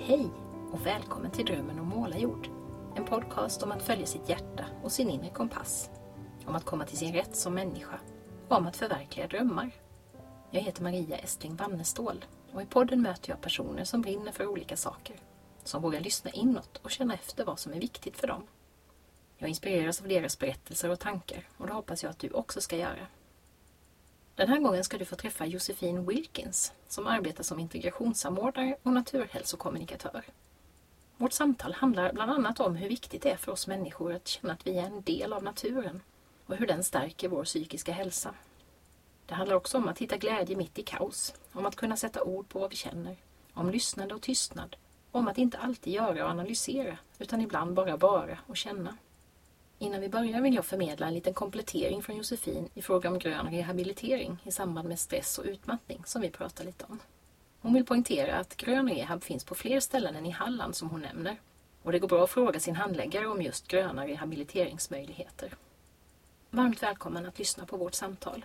Hej och välkommen till Drömmen om målarjord. En podcast om att följa sitt hjärta och sin inre kompass. Om att komma till sin rätt som människa och om att förverkliga drömmar. Jag heter Maria Estling Wannestål och i podden möter jag personer som brinner för olika saker. Som vågar lyssna inåt och känna efter vad som är viktigt för dem. Jag inspireras av deras berättelser och tankar och det hoppas jag att du också ska göra. Den här gången ska du få träffa Josefin Wilkins som arbetar som integrationssamordnare och naturhälsokommunikatör. Vårt samtal handlar bland annat om hur viktigt det är för oss människor att känna att vi är en del av naturen och hur den stärker vår psykiska hälsa. Det handlar också om att hitta glädje mitt i kaos, om att kunna sätta ord på vad vi känner, om lyssnande och tystnad, om att inte alltid göra och analysera utan ibland bara vara och känna. Innan vi börjar vill jag förmedla en liten komplettering från Josefin i fråga om grön rehabilitering i samband med stress och utmattning som vi pratar lite om. Hon vill poängtera att grön rehab finns på fler ställen än i Halland som hon nämner. Och det går bra att fråga sin handläggare om just gröna rehabiliteringsmöjligheter. Varmt välkommen att lyssna på vårt samtal.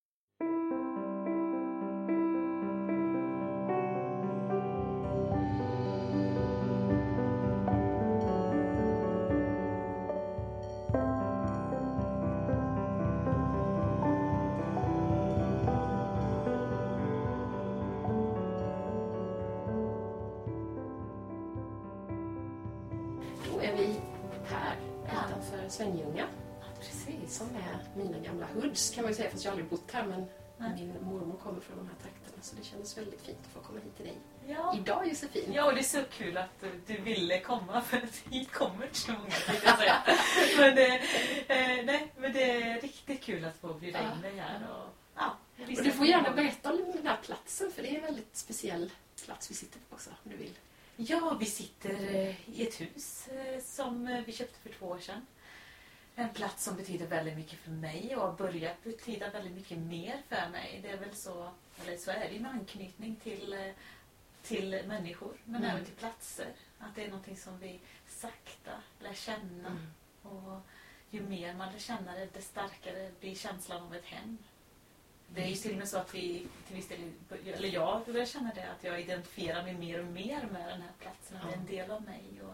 Svenljunga, precis, som är mina gamla hoods kan man ju säga, fast jag har aldrig bott här, men min mormor kommer från de här trakterna, så det kändes väldigt fint att få komma hit till dig idag, Josefin. Ja, och det är så kul att du ville komma, för att hit kommer inte så många, tänkte jag säga. men det är riktigt kul att få bjuda in dig här. Och du får gärna berätta om den här platsen, för det är en väldigt speciell plats vi sitter på också, om du vill. Ja, vi sitter i ett hus som vi köpte för 2 år sedan. En plats som betyder väldigt mycket för mig och har börjat betyda väldigt mycket mer för mig. Det är väl så, eller så är det med anknytning till människor, men även till platser. Att det är någonting som vi sakta lär känna. Och ju mer man lär känna det, desto starkare blir känslan av ett hem. Det är ju till och med så att vi till viss del, eller jag börjar känna det, att jag identifierar mig mer och mer med den här platsen. Att det är en del av mig och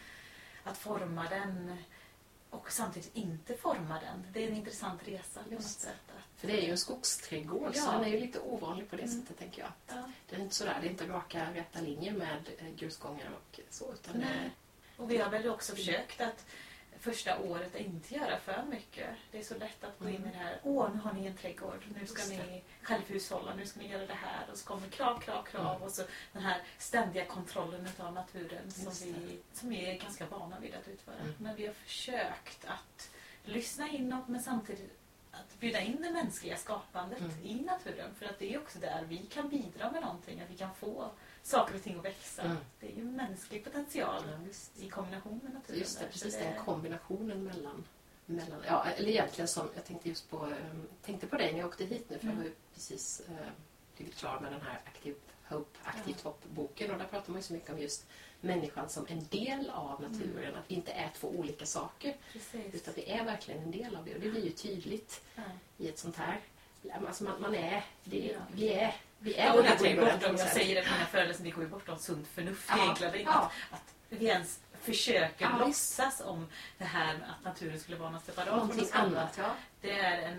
att forma den. Och samtidigt inte forma den. Det är en intressant resa på något sätt. För det är ju en skogsträdgård, så den är ju lite ovanlig på det sättet, tänker jag. Det är inte sådär, det är inte raka rätta linjer med grusgångar och så. Utan och vi har väl också försökt att första året inte göra för mycket. Det är så lätt att gå in i det här. Nu har ni en trädgård. Nu ska ni självhushålla. Nu ska ni göra det här. Och så kommer krav. Och så den här ständiga kontrollen av naturen som vi är ganska vana vid att utföra. Men vi har försökt att lyssna inåt, men samtidigt att bjuda in det mänskliga skapandet i naturen. För att det är också där vi kan bidra med någonting. Att vi kan få saker och ting att växa. Det är ju mänsklig potential i kombination med naturen. Just det, precis den kombinationen mellan eller egentligen som jag tänkte på dig när jag åkte hit nu, för jag har ju precis blivit klar med den här Aktivt hopp-boken, och där pratar man ju så mycket om just människan som en del av naturen, att vi inte är 2 olika saker, utan vi är verkligen en del av det, och det blir ju tydligt i ett sånt här, alltså man är det, vi är och det går ju bortom, jag säger det på mina föreläsningar, det går ju bortom sunt förnuft egentligen, att vi ens försöker låtsas om det här att naturen skulle vara något separat, någonting annat. Det är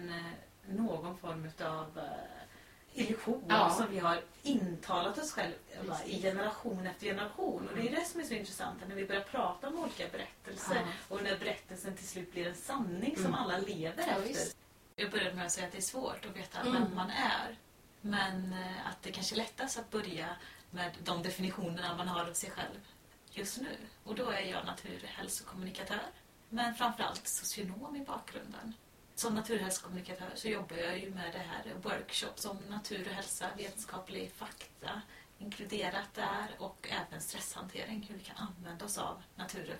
någon form av illusion som vi har intalat oss själva i generation efter generation. Och det är det som är så intressant när vi börjar prata om olika berättelser och när berättelsen till slut blir en sanning som alla lever efter. Jag började med att säga att det är svårt att veta vem man är. Men att det kanske är lättast att börja med de definitionerna man har av sig själv just nu. Och då är jag naturhälsokommunikatör, men framförallt socionom i bakgrunden. Som naturhälsokommunikatör så jobbar jag ju med det här workshops om natur och hälsa, vetenskaplig fakta inkluderat där, och även stresshantering, hur vi kan använda oss av naturen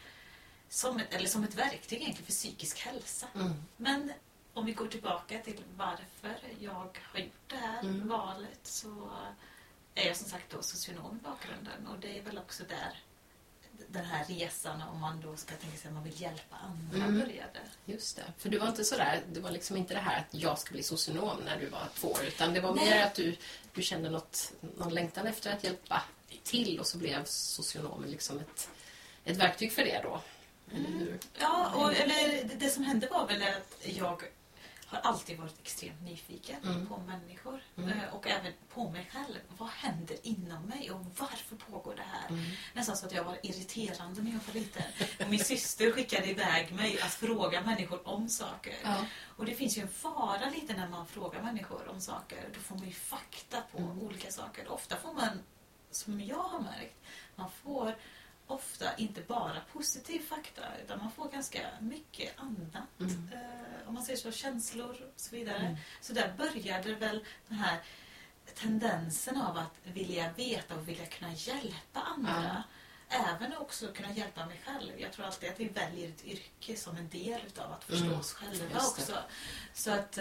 som ett verktyg egentligen för psykisk hälsa. Men om vi går tillbaka till varför jag har gjort det här valet, så är jag som sagt då socionom i bakgrunden, och det är väl också där den här resan, om man då ska tänka sig att man vill hjälpa andra, började. Just det. För du var inte sådär, det var liksom inte det här att jag ska bli socionom när du var 2 år, utan det var mer att du kände någon längtan efter att hjälpa till, och så blev socionomen liksom ett verktyg för det då. Eller hur? Ja, det som hände var väl att jag har alltid varit extremt nyfiken på människor och även på mig själv. Vad händer inom mig och varför pågår det här? Nästan så att jag var irriterande när jag var liten. Och min syster skickade iväg mig att fråga människor om saker. Ja. Och det finns ju en fara lite när man frågar människor om saker. Då får man ju fakta på olika saker. Ofta får man, som jag har märkt, man får ofta inte bara positiv fakta, utan man får ganska mycket annat. Om man säger så, känslor och så vidare. Så där började väl den här tendensen av att vilja veta och vilja kunna hjälpa andra. Även också kunna hjälpa mig själv. Jag tror alltid att vi väljer ett yrke som en del av att förstå oss själva också. Så att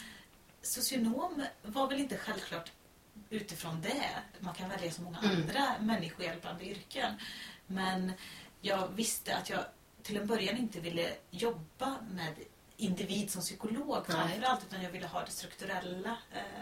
socionom var väl inte självklart utifrån det. Man kan välja så många andra människohjälpande yrken. Men jag visste att jag till en början inte ville jobba med individ som psykolog framförallt, utan jag ville ha det strukturella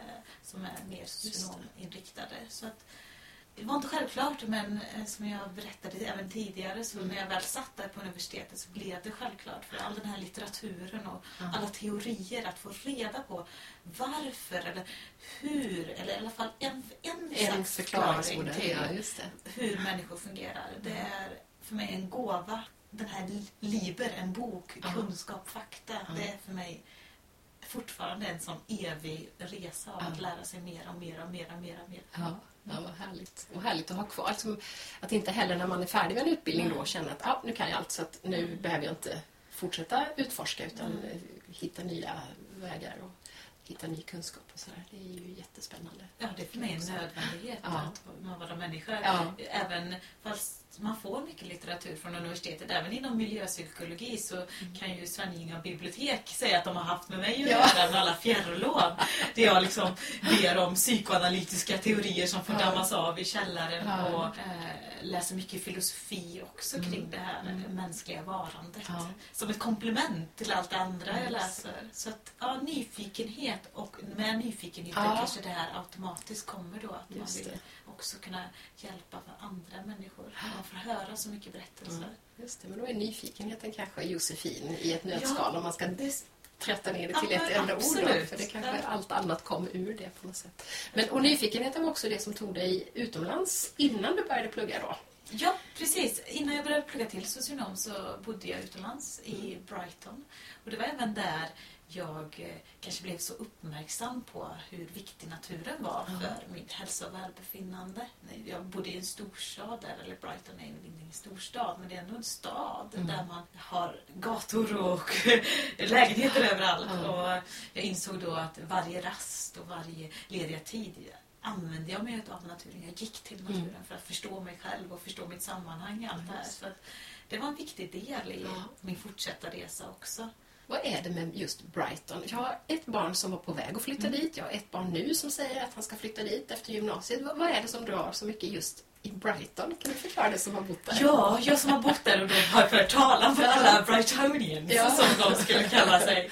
som är mer socionominriktade. Så att det var inte självklart, men som jag berättade även tidigare, så när jag väl satt där på universitetet så blev det självklart, för all den här litteraturen och alla teorier, att få reda på varför eller hur, eller i alla fall en slags förklaring till hur människor fungerar. Det är för mig en gåva. Den här Liber, en bok, kunskap, fakta, det är för mig fortfarande en sån evig resa av att lära sig mer och mer och mer och mer och mer. Ja, vad härligt. Och härligt att ha kvar. Alltså, att inte heller när man är färdig med en utbildning då känna att nu kan jag allt, så att nu behöver jag inte fortsätta utforska, utan hitta nya vägar och hitta ny kunskap och sådär. Det är ju jättespännande. Ja, det är för mig en nödvändighet att man vara människa. Även fast man får mycket litteratur från universitetet, även inom miljöpsykologi, så kan ju Svenljunga bibliotek säga att de har haft med mig att göra med alla fjärrlån. Det jag liksom ber om psykoanalytiska teorier som får dammas av i källaren och läser mycket filosofi också kring det här mänskliga varandet. Som ett komplement till allt det andra jag läser. Så att, nyfikenhet, och med nyfikenheten kanske det här automatiskt kommer då, att man vill också kunna hjälpa för andra människor. Man får höra så mycket berättelser. Just det, men då är nyfikenheten kanske Josefin i ett nötskal, om man ska trätta ner det till ett enda ord då, för det kanske allt annat kom ur det på något sätt. Men, och nyfikenheten var också det som tog dig utomlands innan du började plugga då? Ja, precis. Innan jag började plugga till socionom så bodde jag utomlands i Brighton. Och det var även där jag kanske blev så uppmärksam på hur viktig naturen var för mitt hälsa och välbefinnande. Jag bodde i en storstad där, eller Brighton är inte en storstad, men det är ändå en stad där man har gator och lägenheter överallt. Och jag insåg då att varje rast och varje lediga tid använde jag mig av naturen. Jag gick till naturen för att förstå mig själv och förstå mitt sammanhang i allt det här. Så att det var en viktig del i min fortsatta resa också. Vad är det med just Brighton? Jag har ett barn som var på väg att flytta dit. Jag har ett barn nu som säger att han ska flytta dit efter gymnasiet. Vad är det som drar så mycket just i Brighton? Kan du förklara det som har bott där? Ja, jag som har bott där och då har fört talan för alla Brightonians som de skulle kalla sig.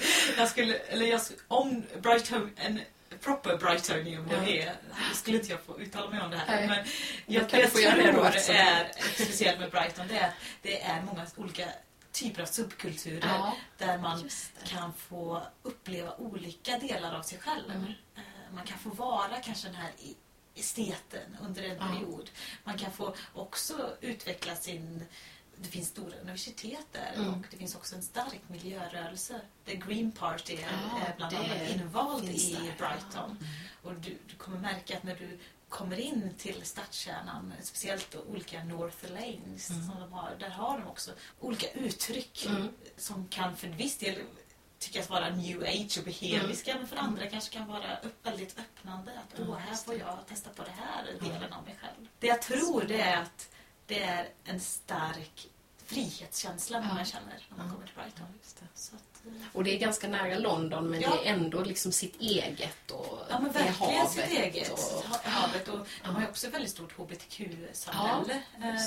Om Brighton, en proper Brightonian det skulle inte jag få uttala mig om det här. Men jag tror det är speciellt med Brighton, det är att det är många olika typer av subkulturer där man kan få uppleva olika delar av sig själv. Man kan få vara kanske den här esteten under en period. Man kan få också utveckla det finns stora universitet där och det finns också en stark miljörörelse. The Green Party är bland annat invald i Brighton. Och du kommer märka att när du kommer in till stadskärnan, speciellt olika North Lanes som de har, där har de också olika uttryck som kan för en viss del tyckas vara new age och behemiska, men för andra kanske kan vara väldigt öppnande. Att här får jag testa på det här delen av mig själv. Det jag tror det är att det är en stark frihetskänsla man känner när man kommer till Brighton. Så att, och det är ganska nära London, men det är ändå liksom sitt eget. Och Ja, men verkligen havet sitt eget. och Havet och de har ju också väldigt stort hbtq-samhälle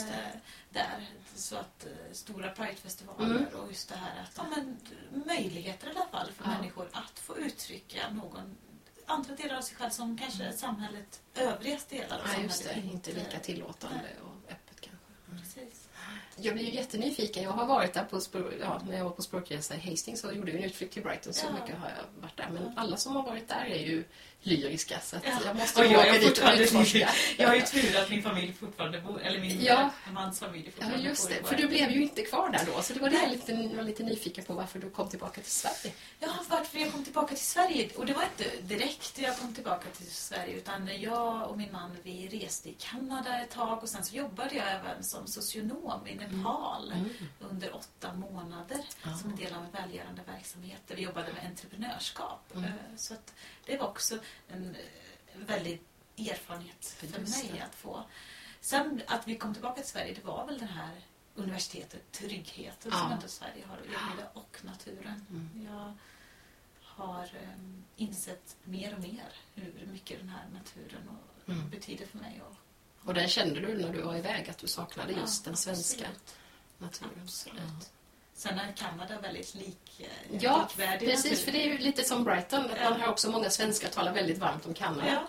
där. Så att stora Pride-festivaler och just det här att möjligheter i alla fall för människor att få uttrycka andra delar av sig själv som kanske samhället, övriga delar av samhället. Just det, inte lika tillåtande och öppet kanske. Precis. Jag blir ju jättenyfiken. Jag har varit där när jag var på språkresa i Hastings så gjorde vi en utflykt till Brighton, så mycket har jag varit där. Men alla som har varit där är ju lyriska, så att jag måste åka dit och utforska. Jag har ju tur att min familj fortfarande bor, eller min mans familj fortfarande bor. Ja, just det. För du blev ju inte kvar där då, så det var det jag var lite nyfiken på, varför du kom tillbaka till Sverige. Ja, varför jag kom tillbaka till Sverige. Och det var inte direkt jag kom tillbaka till Sverige, utan jag och min man, vi reste i Kanada ett tag och sen så jobbade jag även som socionom i Nepal under 8 månader som en del av en välgörande verksamhet där vi jobbade med entreprenörskap. Så att det var också en väldigt erfarenhet för mig att få. Sen att vi kom tillbaka till Sverige, det var väl den här universitetet, tryggheten som ändå Sverige har att erbjuda och naturen. Jag har insett mer och mer hur mycket den här naturen betyder för mig. Och den kände du när du var iväg, att du saknade just den svenska naturen? Absolut. Sen är Kanada väldigt likvärdig. Precis, natur. För det är ju lite som Brighton. Man har också många svenskar talar väldigt varmt om Kanada.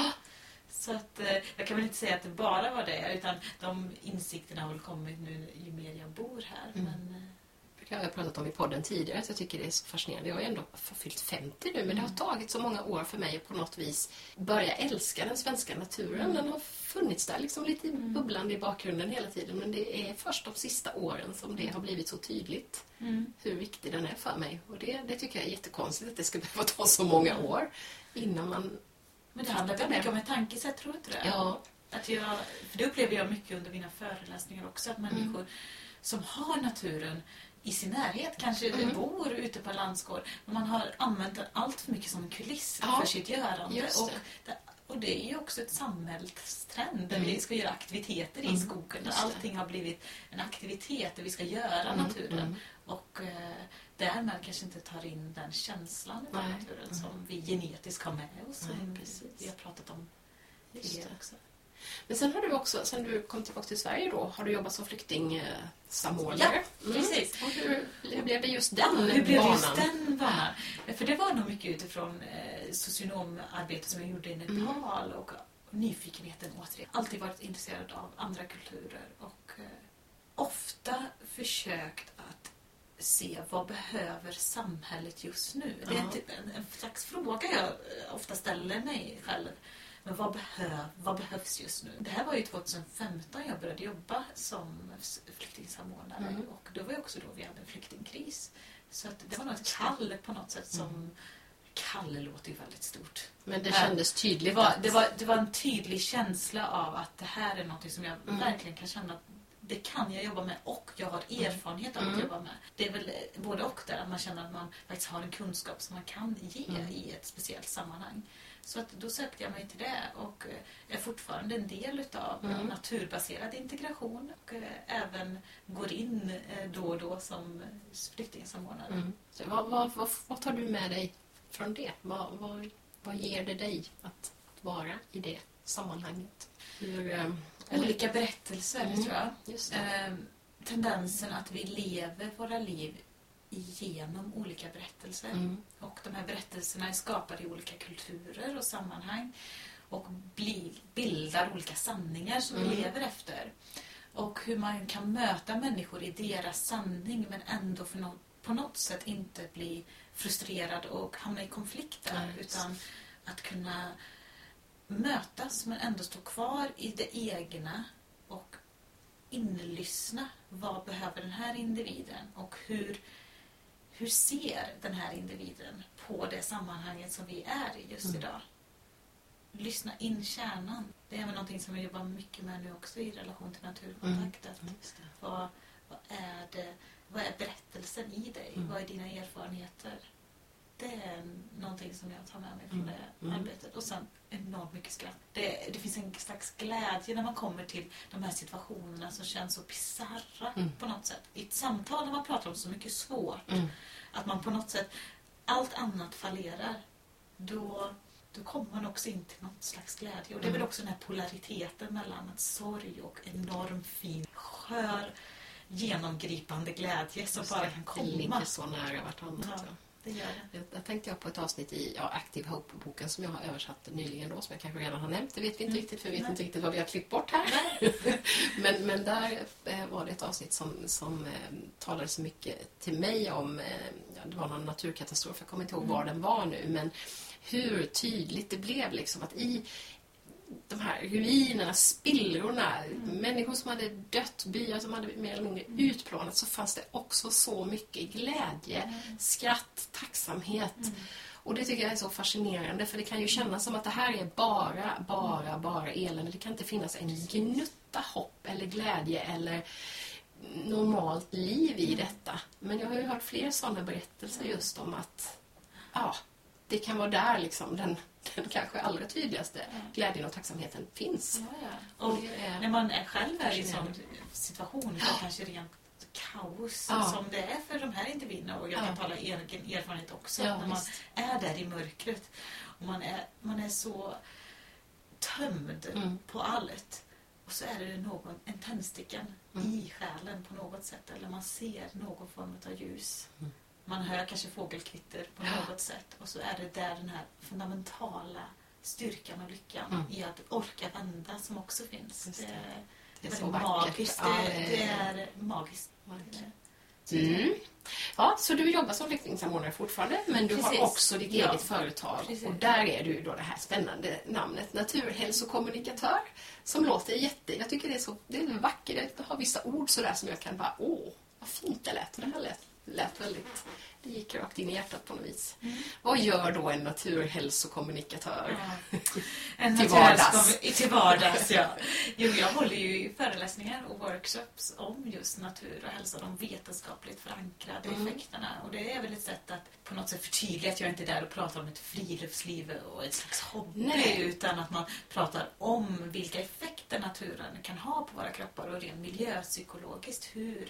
Så att, jag kan väl inte säga att det bara var det, utan de insikterna har väl kommit nu ju mer jag bor här. Men, det har jag pratat om i podden tidigare, så jag tycker det är så fascinerande. Jag har ändå fyllt 50 nu, men det har tagit så många år för mig att på något vis börja älska den svenska naturen. Den har funnits där liksom lite bubblande i bakgrunden hela tiden, men det är först de sista åren som det har blivit så tydligt hur viktig den är för mig. Och det tycker jag är jättekonstigt att det ska behöva ta så många år innan man... Men det handlar mycket om ett tankesätt, tror du inte det? Ja. För det upplever jag mycket under mina föreläsningar också, att människor som har naturen i sin närhet, kanske bor ute på landsgård, men man har använt den allt för mycket som en kuliss för sitt görande. Och det är ju också ett samhällstrend där vi ska göra aktiviteter i skogen, där allting har blivit en aktivitet där vi ska göra naturen. Och därmed kanske inte tar in den känslan av naturen som vi genetiskt har med oss, som vi har pratat om tidigare också. Men sen har du också, sen du kom tillbaka till Sverige då, har du jobbat som flyktingsamordnare. Ja, precis. Och hur blev det just den banan? Hur blev just den banan? För det var nog mycket utifrån socionomarbete som jag gjorde i Nepal och nyfikenheten återigen. Alltid varit intresserad av andra kulturer och ofta försökt att se vad behöver samhället just nu. Det är typ en slags fråga jag ofta ställer mig själv. Men vad behövs just nu? Det här var ju 2015 jag började jobba som flyktingsamordnare. Och då var ju också då vi hade en flyktingkris. Så att det var nog ett kall på något sätt som... Kall låter ju väldigt stort. Men det kändes tydligt. Det var en tydlig känsla av att det här är något som jag verkligen kan känna att det kan jag jobba med och jag har erfarenhet av att jobba med. Det är väl både och där, att man känner att man faktiskt har en kunskap som man kan ge i ett speciellt sammanhang. Så att då sökte jag mig till det och är fortfarande en del av naturbaserad integration och även går in då och då som flyktingsamordnare. Så vad tar du med dig från det? Vad ger det dig att vara i det sammanhanget? Olika berättelser, tror jag. Just det. Tendensen att vi lever våra liv genom olika berättelser. Och de här berättelserna är skapade i olika kulturer och sammanhang och bildar olika sanningar som vi lever efter. Och hur man kan möta människor i deras sanning men ändå på något sätt inte bli frustrerad och hamna i konflikter, utan att kunna mötas men ändå stå kvar i det egna och inlyssna. Vad behöver den här individen och hur ser den här individen på det sammanhanget som vi är i just idag? Lyssna in kärnan. Det är väl någonting som jag jobbar mycket med nu också i relation till naturkontakt. Vad är berättelsen i dig? Vad är dina erfarenheter? Det är någonting som jag tar med mig från det arbetet. Och sen enormt mycket skratt. Det finns en slags glädje när man kommer till de här situationerna som känns så bizarra på något sätt. I ett samtal när man pratar om så mycket svårt, att man på något sätt, allt annat fallerar. Då då kommer man också in till någon slags glädje. Och det är väl också den här polariteten mellan sorg och enorm fin, skör, genomgripande glädje som bara kan komma. Det ligger så nära vartannat. Ja, det gör det. Jag tänkte jag på ett avsnitt i Active Hope-boken som jag har översatt nyligen då, som jag kanske redan har nämnt. Det vet vi inte riktigt, för vi vet inte riktigt vad vi har klippt bort här. men där var det ett avsnitt som talade så mycket till mig om, det var någon naturkatastrof, jag kommer inte ihåg var den var nu, men hur tydligt det blev liksom att i de här ruinerna, spillrorna, människor som hade dött, byar som hade mer eller mindre utplånat, så fanns det också så mycket glädje, skratt, tacksamhet. Och det tycker jag är så fascinerande, för det kan ju kännas som att det här är bara elände. Det kan inte finnas en gnutta hopp eller glädje eller normalt liv i detta. Men jag har ju hört fler sådana berättelser just om att det kan vara där liksom den kanske allra tydligaste glädjen och tacksamheten finns. Och när man är själv är i en sån situation, där kanske rent kaos som det är för de här individerna, och jag kan tala egen erfarenhet också, när man är där i mörkret och man är så tömd på allt, och så är det en tändstickan i själen på något sätt, eller man ser någon form av ljus. Man hör kanske fågelkvitter på något sätt, och så är det där den här fundamentala styrkan och lyckan i att orka vända som också finns. Det är så magiskt. Det är magiskt. Ja, så du jobbar som flyktingsamordnare fortfarande, men du har också ditt eget företag. Precis. Och där är du då det här spännande namnet naturhälsokommunikatör, som låter jag tycker det är vackert. Det har vissa ord sådär som jag kan bara, vad fint det lät. Det här lät väldigt, det gick rakt in i hjärtat på något vis. Vad gör då en naturhälsokommunikatör till vardags? Jo, jag håller ju föreläsningar och workshops om just natur och hälsa, de vetenskapligt förankrade effekterna. Och det är väl ett sätt att på något sätt förtydliga att jag inte är där och pratar om ett friluftsliv och ett slags hobby, utan att man pratar om vilka effekter naturen kan ha på våra kroppar, och rent miljöpsykologiskt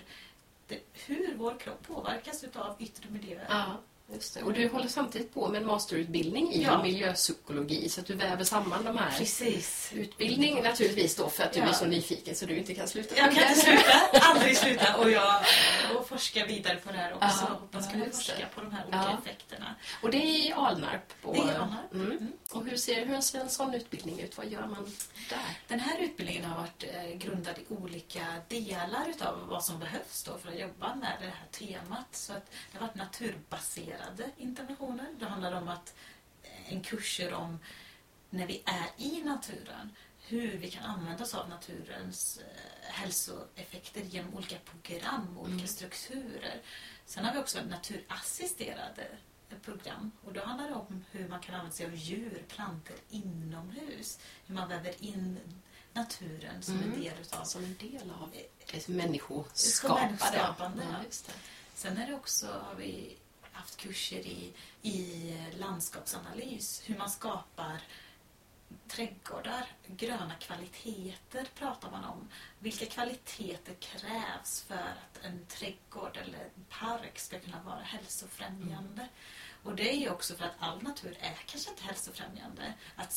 hur vår kropp påverkas av yttre miljöer. Ja, just det. Och du håller samtidigt på med en masterutbildning i miljöpsykologi, så att du väver samman de här. Precis. Utbildning naturligtvis då, för att du är så nyfiken så du inte kan sluta. Jag kan inte sluta, aldrig sluta, och jag forskar vidare på det här också. Hoppas kunna forska på de här olika effekterna. Och det är i Alnarp. Det är i Alnarp. Och hur ser en sån utbildning ut? Vad gör man där? Den här utbildningen har varit grundad i olika delar utav vad som behövs då för att jobba med det här temat. Så att det har varit naturbaserade interventioner. Det handlar om en kurser om när vi är i naturen, hur vi kan använda oss av naturens hälsoeffekter genom olika program, olika strukturer. Sen har vi också naturassisterade program, och då handlar det om hur man kan använda sig av djur, plantor inomhus, hur man väver in naturen som en del av det människoskapande. Sen är det också, har vi haft kurser i landskapsanalys, hur man skapar trädgårdar, gröna kvaliteter pratar man om. Vilka kvaliteter krävs för att en trädgård eller en park ska kunna vara hälsofrämjande? Och det är ju också för att all natur är kanske inte hälsofrämjande.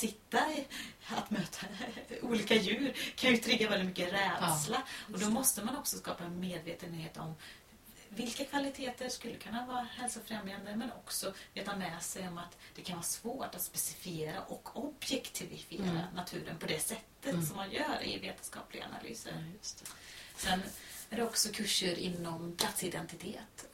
Att möta olika djur kan ju trigga väldigt mycket rädsla. Och då måste man också skapa en medvetenhet om vilka kvaliteter skulle kunna vara hälsofrämjande, men också veta med sig om att det kan vara svårt att specifiera och objektifiera naturen på det sättet som man gör i vetenskapliga analyser. Just det. Sen är det också kurser inom platsidentitet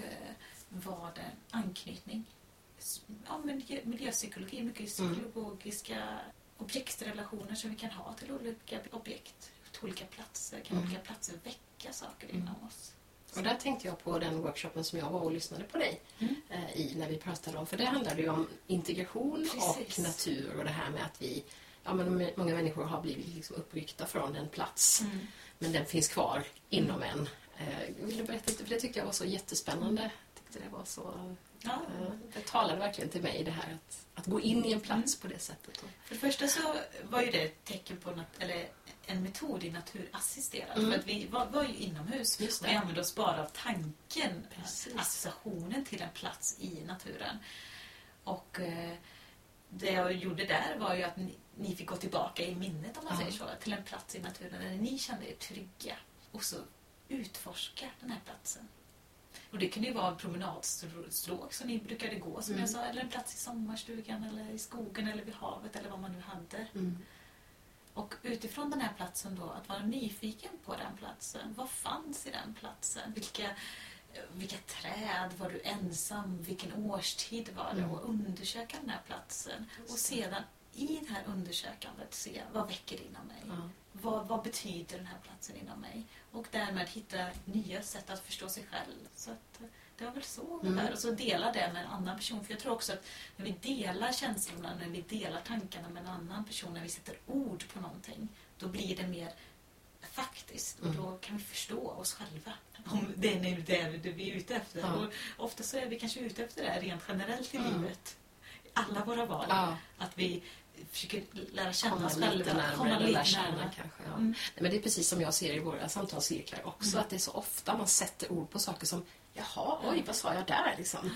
och anknytning. Miljöpsykologi, mycket psykologiska objektrelationer som vi kan ha till olika objekt, till olika platser. Kan olika platser väcka saker inom oss? Och där tänkte jag på den workshopen som jag var och lyssnade på dig när vi pratade om. För det handlade ju om integration och natur, och det här med att vi, många människor har blivit liksom uppryckta från en plats, men den finns kvar inom en. Vill du berätta lite? För det tyckte jag var så jättespännande. Jag tyckte det var så... det talade verkligen till mig, det här att gå in i en plats på det sättet. För det första så var ju det ett tecken på en metod i naturassisterad. För att vi var ju inomhus och vi använde oss bara av tanken, associationen till en plats i naturen. Och det jag gjorde där var ju att ni fick gå tillbaka i minnet, om man säger så, till en plats i naturen där ni kände er trygga. Och så utforska den här platsen. Och det kunde ju vara en promenadstråk som ni brukade gå, som jag sa, eller en plats i sommarstugan eller i skogen eller vid havet eller vad man nu hade. Och utifrån den här platsen då, att vara nyfiken på den platsen. Vad fanns i den platsen? Vilka träd? Var du ensam? Vilken årstid var det? Och undersöka den här platsen. Och sedan i det här undersökandet se vad väcker det inom mig. Vad betyder den här platsen inom mig? Och därmed hitta nya sätt att förstå sig själv. Så att det var väl så där. Och så dela det med en annan person. För jag tror också att när vi delar känslorna, när vi delar tankarna med en annan person, när vi sätter ord på någonting, då blir det mer faktiskt. Och då kan vi förstå oss själva. Om det är det vi är ute efter. Och ofta så är vi kanske ute efter det rent generellt i livet. Alla våra val. Att vi försöker lära känna oss själva. Komma lite närmare kanske. Nej, men det är precis som jag ser i våra samtalscirklar också. Att det är så ofta man sätter ord på saker som jaha, oj, vad sa jag där liksom?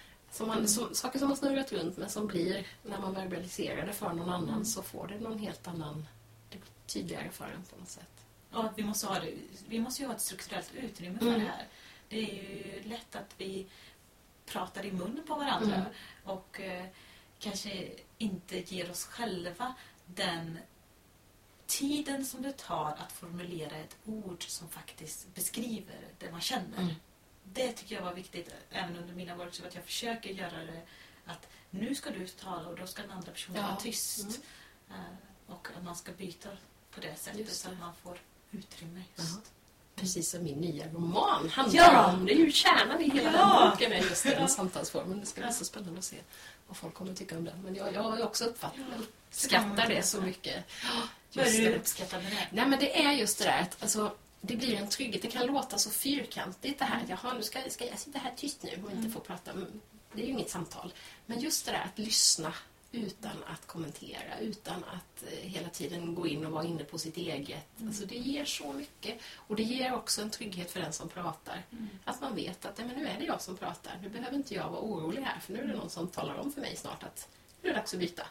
Saker som har snurrat runt men som blir, när man verbaliserar det för någon annan så får det någon helt annan, det blir tydligare för en på något sätt. Ja, vi måste ju ha ett strukturellt utrymme för det här. Det är ju lätt att vi pratar i munnen på varandra och kanske inte ger oss själva den tiden som det tar att formulera ett ord som faktiskt beskriver det man känner. Det tycker jag var viktigt även under mina workshops, att jag försöker göra det att nu ska du tala och då ska den andra personen vara tyst. Och att man ska byta på det sättet så att man får utrymme just. Precis som min nya roman handlar om. Det är ju kärnan i hela den boken är just den samtalsformen. Det ska bli så spännande att se vad folk kommer tycka om den. Men jag har också uppskattar det så mycket. Vad är du uppskattar med det? Nej, men det är just det där att alltså, det blir en trygghet. Det kan låta så fyrkantigt det här. Jaha, nu ska jag sitta här tyst nu och inte få prata. Det är ju inget samtal. Men just det där att lyssna utan att kommentera, utan att hela tiden gå in och vara inne på sitt eget. Alltså det ger så mycket. Och det ger också en trygghet för den som pratar. Att man vet att men nu är det jag som pratar. Nu behöver inte jag vara orolig här, för nu är det någon som talar om för mig snart att nu är det dags att byta.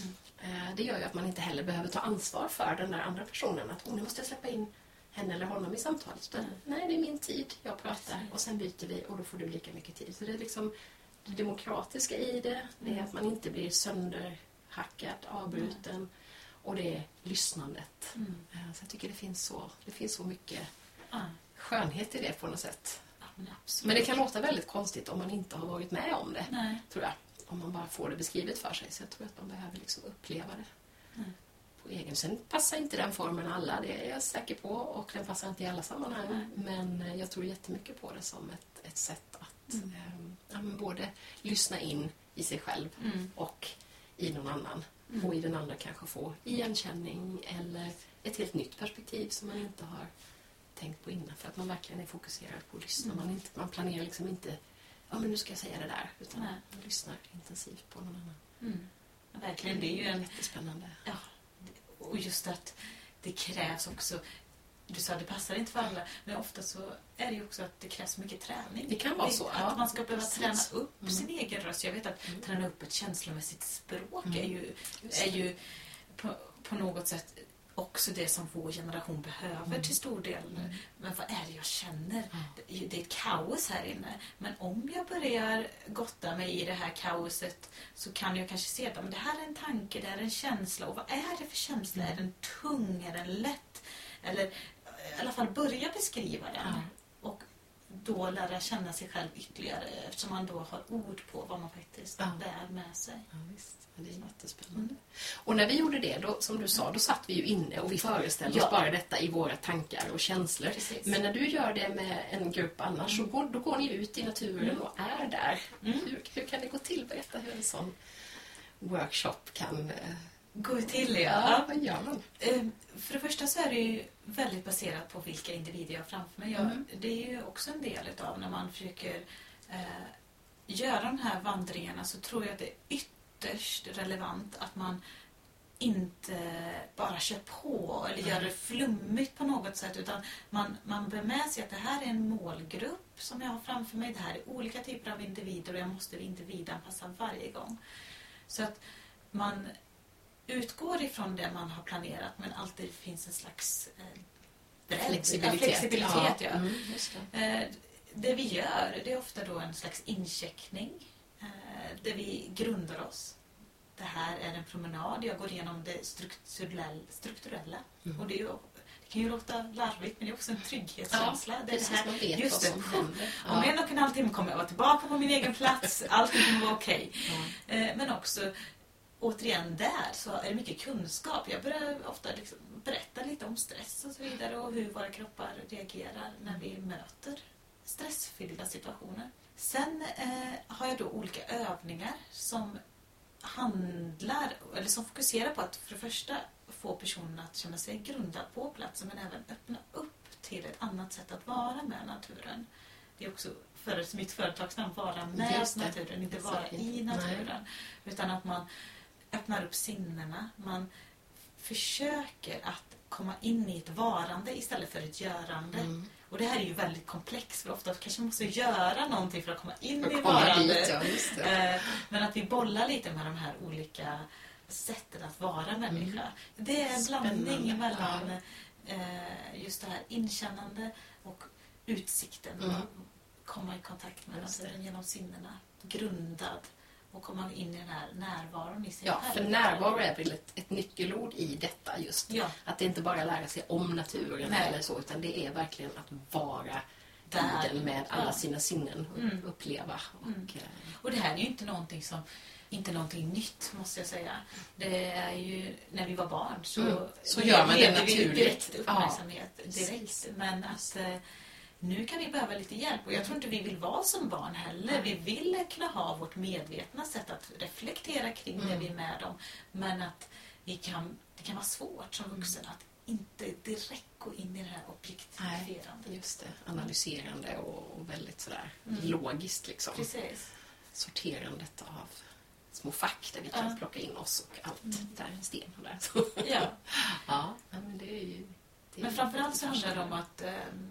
Det gör ju att man inte heller behöver ta ansvar för den där andra personen. Att nu måste jag släppa in henne eller honom i samtalet. Nej, det är min tid, jag pratar och sen byter vi och då får du lika mycket tid. Så det är liksom det demokratiska i det är att man inte blir sönderhackad, avbruten och det är lyssnandet. Så jag tycker det finns så mycket skönhet i det på något sätt. Men det kan låta väldigt konstigt om man inte har varit med om det, tror jag. Om man bara får det beskrivet för sig. Så jag tror att man behöver liksom uppleva det på egen. Sen passar inte den formen alla, det är jag säker på. Och den passar inte i alla sammanhang. Men jag tror jättemycket på det som ett sätt att både lyssna in i sig själv och i någon annan. Och i den andra kanske få igenkänning eller ett helt nytt perspektiv som man inte har tänkt på innan. För att man verkligen är fokuserad på att lyssna. Man planerar liksom inte men nu ska jag säga det där. Utan man lyssnar intensivt på någon annan. Verkligen, det är ju jättespännande. Ja, och just att det krävs också. Du sa att det passar inte för alla, men ofta så är det ju också att det krävs mycket träning. Det kan vara så. Att man ska behöva träna upp sin egen röst. Jag vet att träna upp ett känslomässigt språk är ju på något sätt också det som vår generation behöver till stor del. Men vad är det jag känner? Det är ett kaos här inne. Men om jag börjar gotta mig i det här kaoset så kan jag kanske se att det här är en tanke, det är en känsla. Och vad är det för känsla? Är den tung? Är den lätt? Eller i alla fall börja beskriva den. Och då lära känna sig själv ytterligare eftersom man då har ord på vad man faktiskt bär med sig. Ja, visst. Det är jättespännande. Och när vi gjorde det, då, som du sa, då satt vi ju inne och vi föreställde oss bara detta i våra tankar och känslor. Precis. Men när du gör det med en grupp annars så då går ni ut i naturen och är där. Hur kan det gå till? Berätta hur en sån workshop kan gå till. Ja, vad gör man? För det första så är det ju väldigt baserat på vilka individer jag har framför mig. Det är ju också en del av när man försöker göra de här vandringarna, så tror jag att det är ytterst relevant att man inte bara kör på eller gör det flummigt på något sätt, utan man bär med sig att det här är en målgrupp som jag har framför mig. Det här är olika typer av individer och jag måste individanpassa varje gång. Så att man utgår ifrån det man har planerat, men alltid finns en slags flexibilitet. Ja. Just det. Det vi gör, det är ofta då en slags incheckning där vi grundar oss. Det här är en promenad, jag går igenom det strukturella. Och det kan ju låta larvigt, men det är också en trygghetskänsla. Ja, precis, man vet just vad som händer. Om 1,5 timme kommer jag vara tillbaka på min egen plats, allting kommer vara okej. Men också, återigen där, så är det mycket kunskap. Jag börjar ofta liksom berätta lite om stress och så vidare och hur våra kroppar reagerar när vi möter stressfyllda situationer. Sen har jag då olika övningar som handlar, eller som fokuserar på att för det första få personen att känna sig grundad på platsen, men även öppna upp till ett annat sätt att vara med naturen. Det är också för mitt företagsnamn, vara med naturen, inte vara i naturen. Utan att man öppnar upp sinnena, man försöker att komma in i ett varande istället för ett görande. Och det här är ju väldigt komplext, för ofta kanske man måste göra någonting för att komma in i varande. Men att vi bollar lite med de här olika sätten att vara människa. Det är en blandning mellan just det här inkännande och utsikten. Komma i kontakt med naturen genom sinnena. Grundad. Och komma in i den här närvaron i sig själv. För närvaro är väl ett nyckelord i detta just. Ja. Att det inte bara lära sig om naturen eller så, utan det är verkligen att vara där med alla sina sinnen och uppleva. Och det här är ju inte någonting nytt, måste jag säga. Det är ju, när vi var barn så gör man det naturligt. Direkt uppmärksamhet. Direkt. Men att nu kan vi behöva lite hjälp, och jag tror inte vi vill vara som barn heller. Vi vill kunna ha vårt medvetna sätt att reflektera kring det vi är med om, men att det kan vara svårt som vuxen att inte direkt gå in i det här objektifierande. Just det, analyserande och väldigt sådär logiskt liksom. Precis. Sorterandet av små fack där vi kan plocka in oss och allt där, sten och där. Ja, men det är ju... Men framförallt så handlar det om att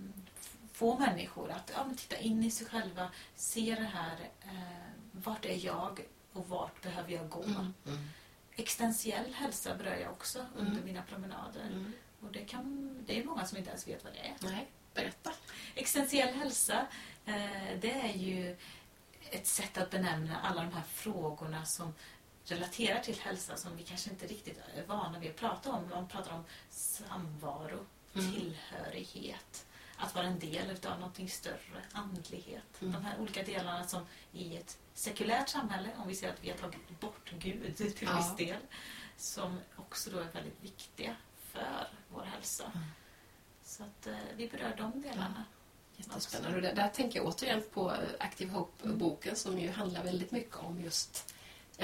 få människor att titta in i sig själva, se det här, vart är jag och vart behöver jag gå. Existentiell hälsa berör jag också under mina promenader. Och det är många som inte ens vet vad det är. Nej, berätta. Existentiell hälsa, det är ju ett sätt att benämna alla de här frågorna som relaterar till hälsa, som vi kanske inte riktigt är vana vid att prata om. Man pratar om samvaro, tillhörighet, att vara en del av någonting större, andlighet. De här olika delarna som i ett sekulärt samhälle, om vi ser att vi har tagit bort Gud till viss del, som också då är väldigt viktiga för vår hälsa. Så att vi berör de delarna. Jättespännande. Och där tänker jag återigen på Active Hope-boken som ju handlar väldigt mycket om just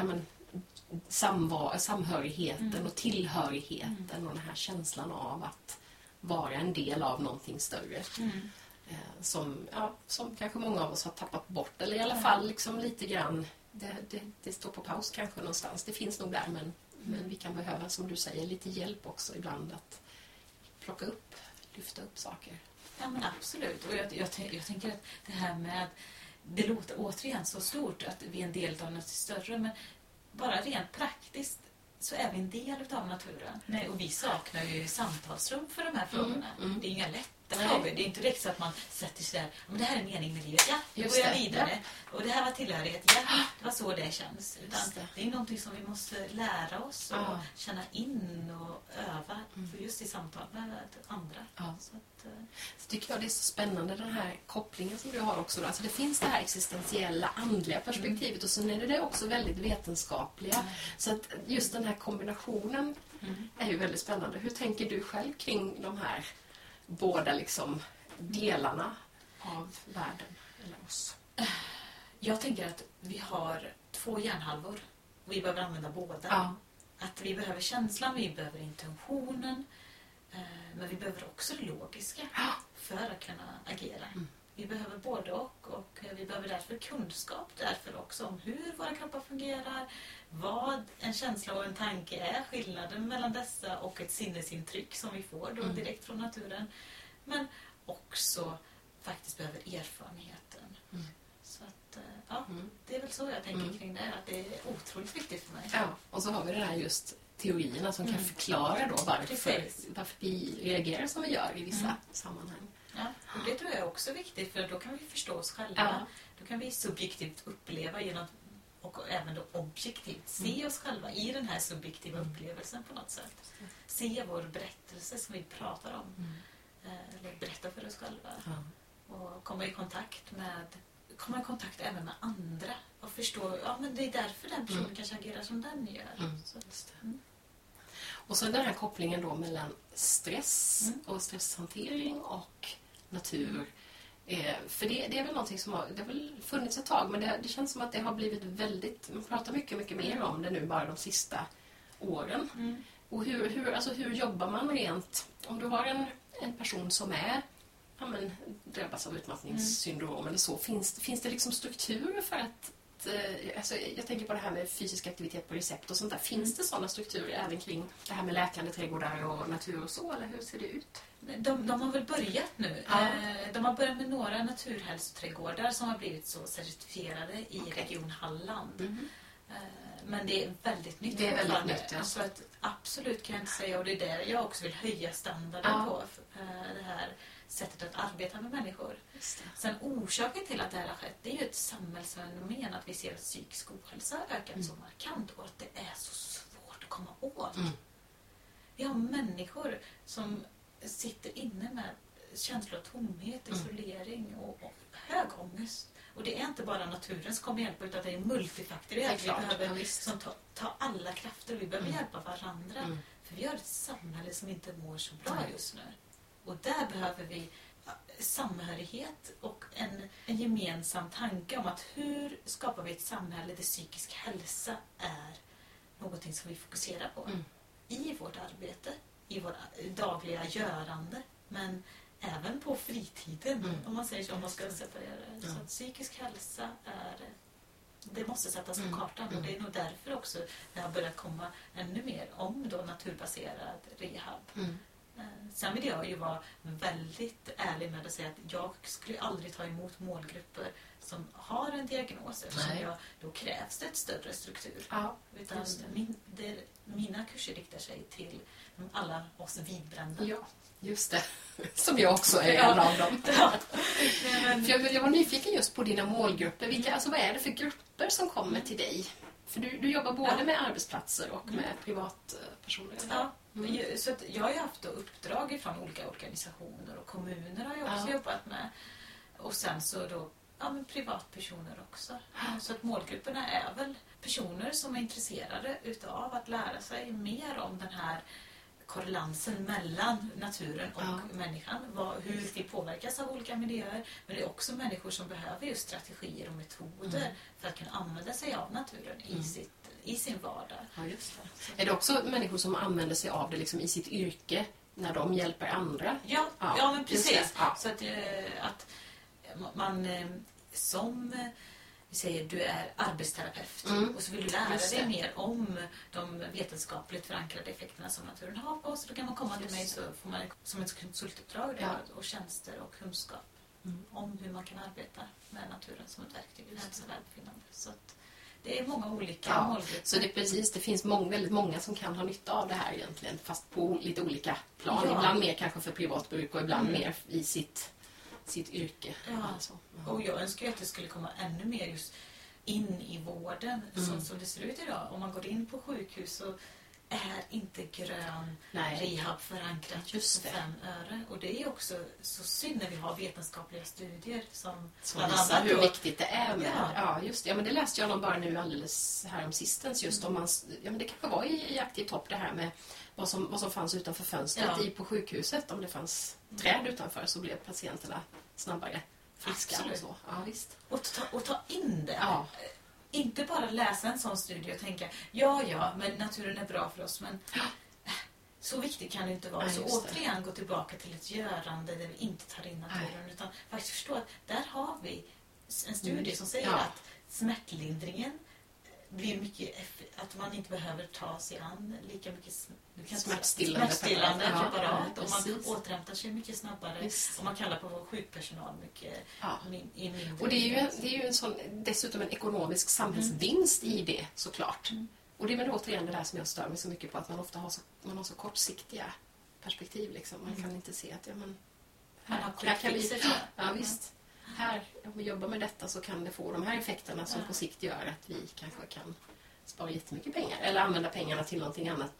samhörigheten och tillhörigheten och den här känslan av att vara en del av någonting större. Som kanske många av oss har tappat bort, eller i alla fall liksom lite grann det står på paus kanske någonstans. Det finns nog där, men vi kan behöva, som du säger, lite hjälp också ibland att lyfta upp saker. Ja, men absolut. Och jag tänker att det här med, det låter återigen så stort att vi är en del av något större, men bara rent praktiskt så är vi en del av naturen. Nej, och vi saknar ju samtalsrum för de här frågorna. Det är inga lätta frågor. Det är inte direkt så att man sätter sig där, men det här är mening med livet. Ja, nu går jag vidare. Och det här var tillhörighet. Ja, det var så det känns. Utan det är någonting som vi måste lära oss och känna in och öva för just i samtal med andra. Så tycker jag det är så spännande, den här kopplingen som du har också. Alltså det finns det här existentiella, andliga perspektivet och sen är det också väldigt vetenskapliga. Så att just den här kombinationen är ju väldigt spännande. Hur tänker du själv kring de här båda liksom delarna av världen eller oss? Jag tänker att vi har 2 hjärnhalvor och vi behöver använda båda. Att vi behöver känslan, vi behöver intentionen, men vi behöver också det logiska för att kunna agera. Vi behöver både och vi behöver därför kunskap därför också om hur våra kroppar fungerar, vad en känsla och en tanke är, skillnaden mellan dessa och ett sinnesintryck som vi får då direkt från naturen. Men också faktiskt behöver erfarenheten. Så att, det är väl så jag tänker kring det, att det är otroligt viktigt för mig. Ja, och så har vi det här just teorierna som kan förklara då varför vi reagerar som vi gör i vissa sammanhang. Ja, och det tror jag är också viktigt, för då kan vi förstå oss själva. Ja. Då kan vi subjektivt uppleva genom, och även då objektivt se oss själva i den här subjektiva upplevelsen på något sätt. Se vår berättelse som vi pratar om. Eller berätta för oss själva. Och komma i kontakt även med andra. Och förstå, men det är därför den personen kanske agerar som den gör. Så, Och så den här kopplingen då mellan stress och stresshantering och natur. För det är väl någonting som det har väl funnits ett tag, men det känns som att det har blivit väldigt, man pratar mycket mer om det nu bara de sista åren. Och hur jobbar man rent, om du har en person som är drabbas av utmattningssyndrom eller så, finns det liksom strukturer för att jag tänker på det här med fysisk aktivitet på recept och sånt där. Finns det sådana strukturer även kring det här med läkande trädgårdar och natur och så, eller hur ser det ut? De har väl börjat nu. De har börjat med några naturhälsoträdgårdar som har blivit så certifierade i Region Halland. Men det är väldigt nytt. Det är väldigt nytt, ja. Så att absolut kan jag inte säga, och det är där jag också vill höja standarden på det här sättet att arbeta med människor. Sen orsaken till att det här har skett, det är ju ett samhällsfenomen att vi ser att psykisk ohälsa har ökat så markant och att det är så svårt att komma åt. Vi har människor som sitter inne med känslor av tomhet, isolering och hög ångest. Och det är inte bara naturen som kommer hjälpa, utan det är multifaktoriellt. Vi behöver ta alla krafter, vi behöver hjälpa varandra. För vi har ett samhälle som inte mår så bra just nu. Och där behöver vi samhörighet och en gemensam tanke om att hur skapar vi ett samhälle där psykisk hälsa är någonting som vi fokuserar på i vårt arbete, i vårt dagliga görande, men även på fritiden, om man säger så, om man ska separera det. Så att psykisk hälsa det måste sättas på kartan, och det är nog därför också det har börjat komma ännu mer om då naturbaserad rehab. Sen vill jag ju vara väldigt ärlig med att säga att jag skulle aldrig ta emot målgrupper som har en diagnos, eftersom då krävs det ett större struktur. Utan mina kurser riktar sig till alla oss vidbrända. Ja, just det. Som jag också är en av dem. För jag var nyfiken just på dina målgrupper. Vad är det för grupper som kommer till dig? För du jobbar både med arbetsplatser och med privatpersoner. Så att jag har ju haft uppdrag från olika organisationer och kommuner har jag också jobbat med. Och sen så då privatpersoner också. Så att målgrupperna är väl personer som är intresserade utav att lära sig mer om den här korrelansen mellan naturen och människan. Hur vi påverkas av olika miljöer. Men det är också människor som behöver just strategier och metoder för att kunna använda sig av naturen i sin vardag. Ja, just det. Är det också människor som använder sig av det liksom i sitt yrke när de hjälper andra? Ja, men precis. Så att man som vi säger, du är arbetsterapeut och så vill du lära dig mer om de vetenskapligt förankrade effekterna som naturen har på oss. Då kan man komma till mig, så får man som ett konsultuppdrag och tjänster och kunskap om hur man kan arbeta med naturen som ett verktyg i hälsa och välbefinnande. Så att det är många olika målgrupper. Så det finns väldigt många som kan ha nytta av det här egentligen, fast på lite olika plan. Ja. Ibland mer kanske för privat bruk och ibland mer i sitt yrke. Och jag önskar att det skulle komma ännu mer just in i vården som det ser ut idag. Om man går in på sjukhus så är inte grön rehab förankrat just 5 öre. Och det är också så synd när vi har vetenskapliga studier som visar hur viktigt det är med. Ja, just det. Ja, men det läste jag bara nu alldeles här om sistens just om man, men det kanske var i aktiv topp det här med vad som fanns utanför fönstret på sjukhuset. Om det fanns träd utanför så blev patienterna snabbare friska. Absolut. Och så. Ja, visst. Och ta in det. Ja. Inte bara läsa en sån studie och tänka men naturen är bra för oss, men så viktigt kan det inte vara. Så återigen gå tillbaka till ett görande där vi inte tar in naturen utan faktiskt förstå att där har vi en studie som säger att smärtlindringen blir mycket att man inte behöver ta sig an lika mycket smärtstillande preparat och man återhämtar sig mycket snabbare. Visst. Och man kallar på vår sjukpersonal mycket i mindre. Och det är ju en sån, dessutom en ekonomisk samhällsvinst i det, såklart. Och det är väl återigen det där som jag stör mig så mycket på, att man ofta har så kortsiktiga perspektiv liksom. Man kan inte se att här kan vi, visst. Här, om vi jobbar med detta så kan det få de här effekterna som på sikt gör att vi kanske kan spara jättemycket pengar eller använda pengarna till någonting annat.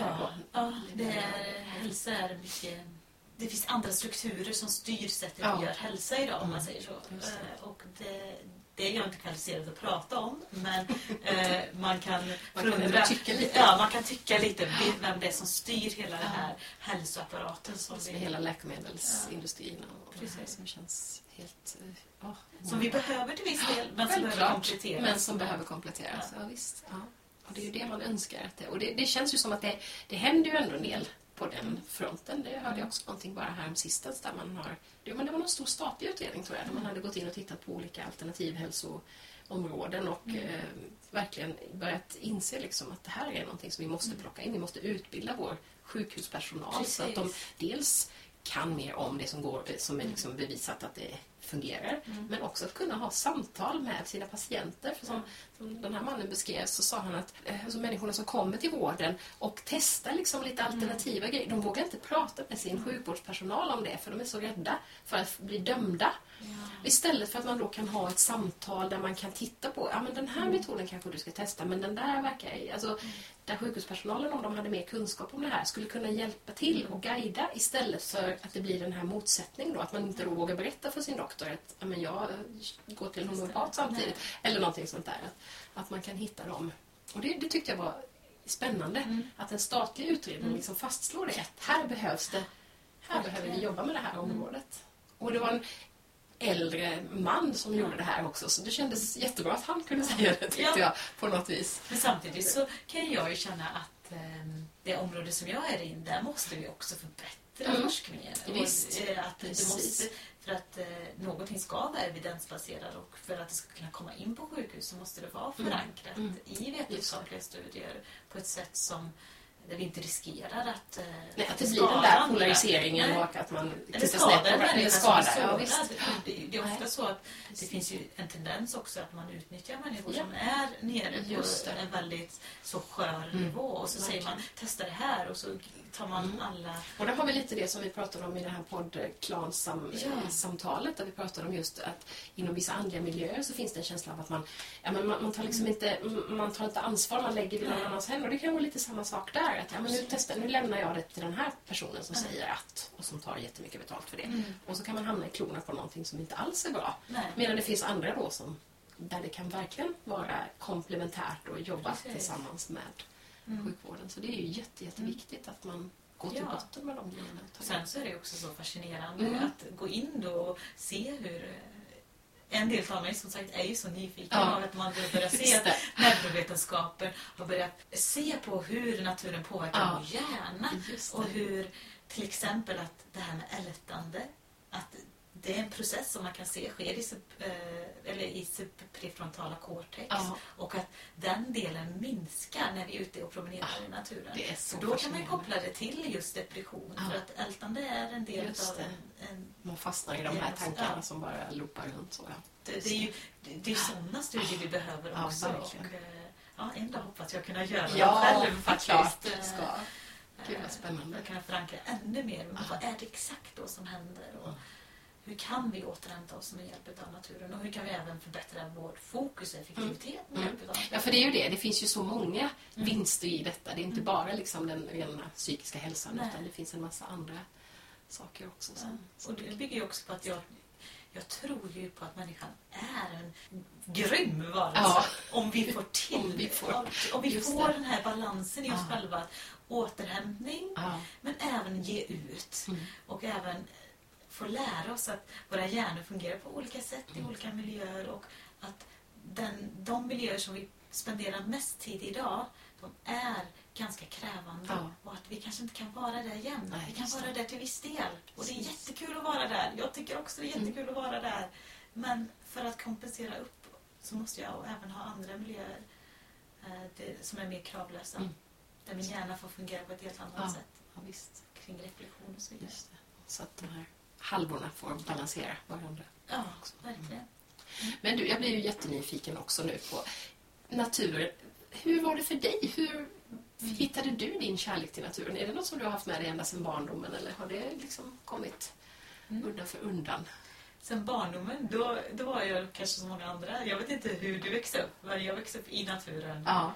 Hälsa är mycket. Det finns andra strukturer som styr sättet vi gör hälsa idag, om man säger så. Och det är jag inte kvalificerad att prata om, men man kan tycka lite. Man kan tycka lite vem det är som styr hela den här hälsoapparaten som hela läkemedelsindustrin och som känns helt som vi behöver till viss del, men som behöver kompletteras. Men som behöver kompletteras. Ja, visst. Ja. Och det är ju det man önskar att och det känns ju som att det händer ju ändå en del på den fronten. Det hörde jag också någonting bara här om sistens där man har... Det var någon stor statlig utredning, tror jag, där man hade gått in och tittat på olika alternativhälsoområden och verkligen börjat inse liksom att det här är någonting som vi måste plocka in. Vi måste utbilda vår sjukhuspersonal så att de dels kan mer om det som är liksom bevisat att det fungerar, men också att kunna ha samtal med sina patienter. För som den här mannen beskrev så sa han att människorna som kommer till vården och testar liksom lite alternativa grejer, de vågar inte prata med sin sjukvårdspersonal om det, för de är så rädda för att bli dömda. Istället för att man då kan ha ett samtal där man kan titta på, men den här metoden kanske du ska testa, men den där verkar, där sjukhuspersonalen, om de hade mer kunskap om det här, skulle kunna hjälpa till och guida, istället för att det blir den här motsättningen då, att man inte då vågar berätta för sin doktor att jag går till en homeopat samtidigt, eller någonting sånt där. Att man kan hitta dem. Och det tyckte jag var spännande, att en statlig utredning liksom fastslår det. Här behöver vi jobba med det här området. Och det var en äldre man som gjorde det här också, så det kändes jättebra att han kunde säga det, tyckte jag, på något vis. Men samtidigt så kan jag ju känna att det område som jag är in, där måste vi också förbättra forskningen. Visst. För att någonting ska vara evidensbaserad, och för att det ska kunna komma in på sjukhus så måste det vara förankrat i vetenskapliga studier på ett sätt som där vi inte riskerar att det blir den där polariseringen och att man tittar snett på eller skadar. Ja, visst. Det är ofta så att det finns ju en tendens också att man utnyttjar människor som är nere på en väldigt så skör nivå, och så säger man testa det här, och så tar man alla... Och där har vi lite det som vi pratade om i det här poddklansamtalet, där vi pratade om just att inom vissa andliga miljöer så finns det en känsla av att man tar liksom inte ansvar, man lägger det i någon annans händer, och det kan vara lite samma sak där. Att, nu lämnar jag det till den här personen som säger att, och som tar jättemycket betalt för det. Och så kan man hamna i klorna på någonting som inte alls är bra. Medan det finns andra då där det kan verkligen vara komplementärt och jobba tillsammans med sjukvården. Så det är ju jätteviktigt att man går till botten med de grejerna. Sen så är det också så fascinerande att gå in då och se hur... En del av mig som sagt är ju så nyfiken av att man börjar se neurovetenskapen och börjat se på hur naturen påverkar vår hjärna. Och hur till exempel att det här med ältande, att det är en process som man kan se sker i subprefrontala cortex, och att den delen minskar när vi är ute och promenerar i naturen. Det är så då kan man koppla det till just depression, för att ältande är en del av man fastnar i de här tankarna som bara loopar runt så. Det är ju sådana studier vi behöver också. Och, en dag hoppas jag kunna göra det själv faktiskt. Gud vad spännande. Jag kan förankra ännu mer. Vad är det exakt då som händer? Och hur kan vi återhämta oss med hjälp av naturen? Och hur kan vi även förbättra vårt fokus och effektivitet med hjälp av naturen? Ja, för det är ju det. Det finns ju så många vinster i detta. Det är inte bara liksom den rena psykiska hälsan, utan det finns en massa andra saker också. Och det bygger ju också på att jag tror ju på att människan är en grym varelse. Om vi får till om vi får den här balansen i oss själva. Återhämtning, men även ge ut. Och även få lära oss att våra hjärnor fungerar på olika sätt i olika miljöer, och att de miljöer som vi spenderar mest tid idag, de är ganska krävande, och att vi kanske inte kan vara där igen. Vi kan vara där till viss del, och det är jättekul att vara där. Jag tycker också det är jättekul att vara där, men för att kompensera upp så måste jag även ha andra miljöer som är mer kravlösa. Där min hjärna får fungera på ett helt annat sätt. Ja, visst. Kring reflektion och så vidare. Just det. Så att de här halvorna får balansera varandra. Ja, verkligen. Men du, jag blir ju jättenyfiken också nu på naturen. Hur var det för dig? Hur hittade du din kärlek till naturen? Är det något som du har haft med dig ända sedan barndomen eller har det liksom kommit undan för undan? Sen barndomen, då var jag kanske som många andra. Jag vet inte hur du växte upp, men jag växte upp i naturen. Ja.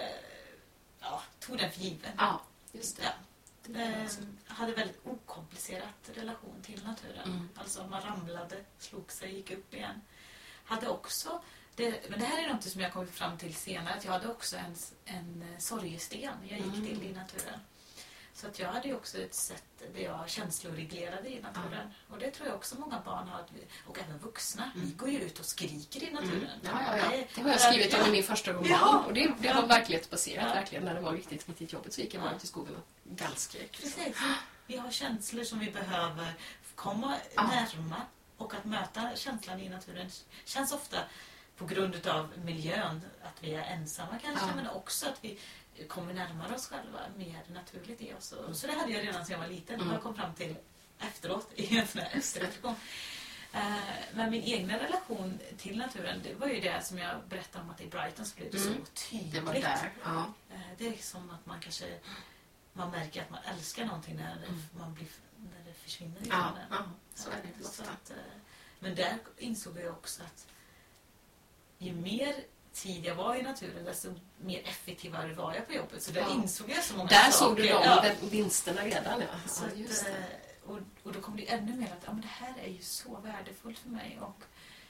Tog den för given. Ja, just det. Ja. Hade väldigt okomplicerat relation till naturen. Alltså man ramlade, slog sig, gick upp igen. Hade också, men det här är något som jag kommit fram till senare, att jag hade också en sorgesten jag gick till i naturen. Så att jag hade ju också ett sätt där jag känsloreglerade i naturen. Och det tror jag också många barn har, och även vuxna. Vi går ju ut och skriker i naturen. Ja. Det har jag skrivit om i min första roman. Ja. Och det var verklighetsbaserat verkligen. När det var riktigt jobbigt så gick jag bara ut i skogen och gallskrek. Precis. Vi har känslor som vi behöver komma närma. Och att möta känslan i naturen känns ofta på grund av miljön. Att vi är ensamma kanske, men också att vi kommer närmare oss själva mer naturligt i oss. Så det hade jag redan sedan jag var liten. Jag kom fram till efteråt i en sån här efterreflektion. Men min egna relation till naturen, det var ju det som jag berättade om att i Brighton så blev det så tydligt. Det var där, ja. Det är som att man märker att man älskar någonting när det försvinner ifrån den. Ja, så är det ofta. Men där insåg jag också att ju mer tid jag var i naturen, desto mer effektivare var jag på jobbet. Så där insåg jag så många där saker. Där såg du de vinsterna redan, ja. Så just det. Och då kom det ännu mer att men det här är ju så värdefullt för mig. Och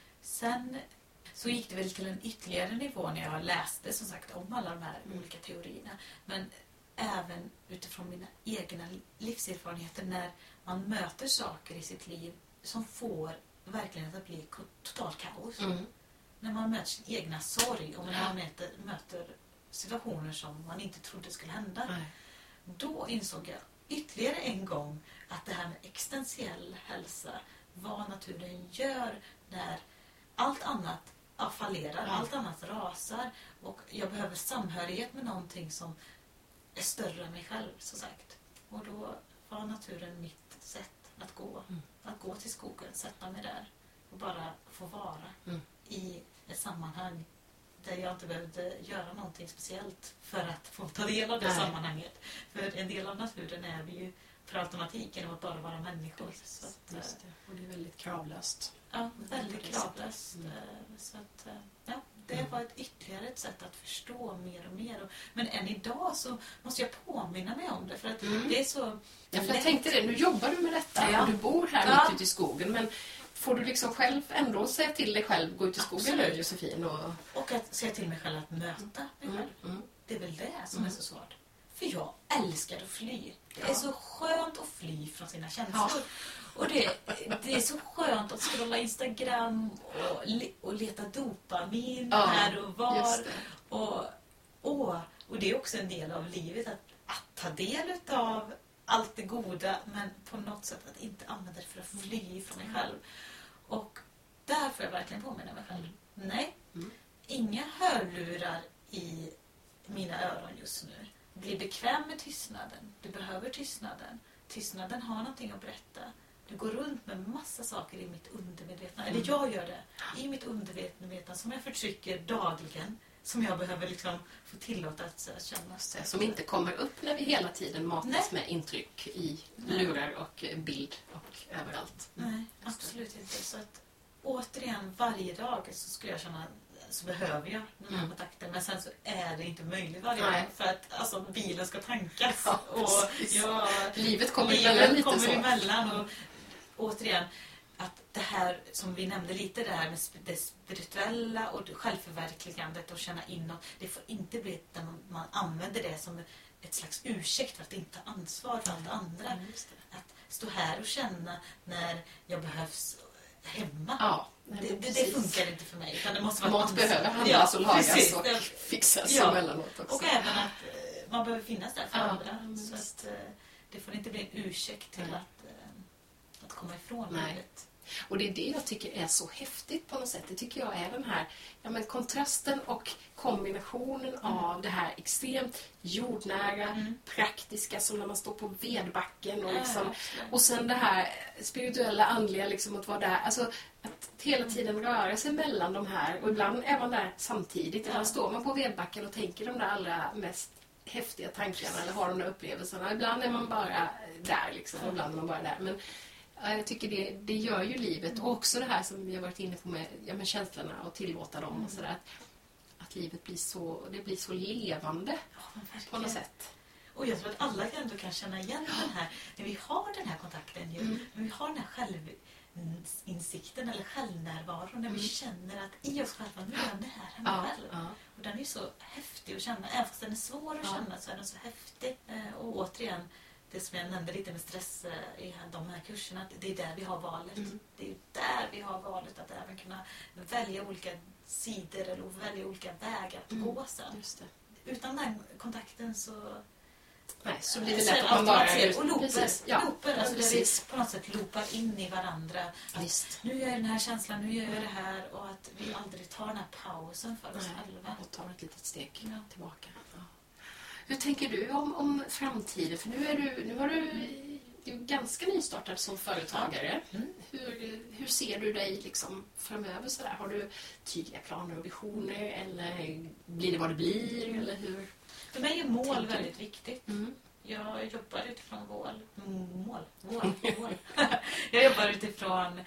sen så gick det väl till en ytterligare nivå när jag läste som sagt om alla de här olika teorierna. Men även utifrån mina egna livserfarenheter när man möter saker i sitt liv som får verkligen att bli totalt kaos. När man möter sin egna sorg och när man möter situationer som man inte trodde skulle hända. Då insåg jag ytterligare en gång att det här med existentiell hälsa, vad naturen gör när allt annat fallerar, allt annat rasar och jag behöver samhörighet med någonting som är större än mig själv, så sagt. Och då var naturen mitt sätt att gå. Att gå till skogen, sätta mig där och bara få vara i ett sammanhang där jag inte behövde göra någonting speciellt för att få ta del av det sammanhanget. För en del av naturen är vi ju för automatiken genom att bara vara människor. Så att, just det. Och det är väldigt kravlöst. Ja, väldigt kravlöst. Så att, det var ytterligare ett sätt att förstå mer och mer. Men än idag så måste jag påminna mig om det. För att det är så... Ja, för jag tänkte det. Nu jobbar du med detta och du bor här mitt ute i skogen. Men får du liksom själv ändå säga till dig själv gå ut i skogen nu, Josefin? Och att säga till mig själv att möta mig själv. Det är väl det som är så svårt. För jag älskar att fly. Det är så skönt att fly från sina känslor. Och det är så skönt att scrolla Instagram och leta dopamin här och var. Och det är också en del av livet att ta del av allt det goda men på något sätt att inte använda det för att fly från mig själv. Och där får jag verkligen påminna mig själv. Nej, inga hörlurar i mina öron just nu. Bli bekväm med tystnaden. Du behöver tystnaden. Tystnaden har någonting att berätta. Du går runt med massa saker i mitt undermedvetna. Eller jag gör det. I mitt undermedvetna som jag förtrycker dagligen. Som jag behöver liksom få tillåta att känna. Som inte kommer upp när vi hela tiden matas med intryck i lurar och bild och överallt. Nej, absolut inte. Så att återigen varje dag så skulle jag känna så behöver jag den här kontakten. Men sen så är det inte möjligt varje dag. För att alltså, bilen ska tankas. Ja, och livet kommer emellan. Och återigen, att det här som vi nämnde lite, det här med det spirituella och självförverkligandet och känna inåt. Det får inte bli där man använder det som ett slags ursäkt för att inte ta ansvar för allt andra. Att stå här och känna när jag behövs hemma. Ja, det funkar inte för mig. Utan det måste vara mat behöver handlas och lagas och fixas emellanåt också. Och även att man behöver finnas där för andra. Så att det får inte bli en ursäkt till att komma ifrån livet. Och det är det jag tycker är så häftigt på något sätt. Det tycker jag är den här kontrasten och kombinationen av det här extremt jordnära, praktiska, som när man står på vedbacken och, liksom, och sen det här spirituella, andliga, liksom, att vara där. Alltså att hela tiden röra sig mellan de här, och ibland är man där samtidigt. Ibland står man på vedbacken och tänker de där allra mest häftiga tankarna eller har de där upplevelserna. Ibland är man bara där liksom, och ibland är man bara där. Men jag tycker det gör ju livet. Och också det här som vi har varit inne på med känslorna och tillåta dem och sådär. Att livet blir så levande på något sätt. Och jag tror att alla ändå kan känna igen den här, när vi har den här kontakten ju, när vi har den här självinsikten eller självnärvaron, när vi känner att i oss själva, nu är det här hemma själv. Och den är ju så häftig att känna, även fast den är svår att känna så är den så häftig. Och återigen, det som jag nämnde lite med stress i de här kurserna, att det är där vi har valet. Det är där vi har valet att även kunna välja olika sidor eller välja olika vägar att gå sen. Just det. Utan den kontakten så... Nej, så blir det lätt att man bara... Och looper, alltså precis. där vi på något sätt loopar in i varandra. Att nu gör jag den här känslan, nu gör jag det här. Och att vi aldrig tar den här pausen för oss själva. Och tar ett litet steg tillbaka. Ja. Hur tänker du om framtiden? För nu har du ganska nystartad som företagare. Hur ser du dig liksom framöver? Sådär? Har du tydliga planer och visioner? Eller blir det vad det blir? Eller hur? För mig är mål väldigt viktigt. Jag jobbar utifrån mål. Jag jobbar utifrån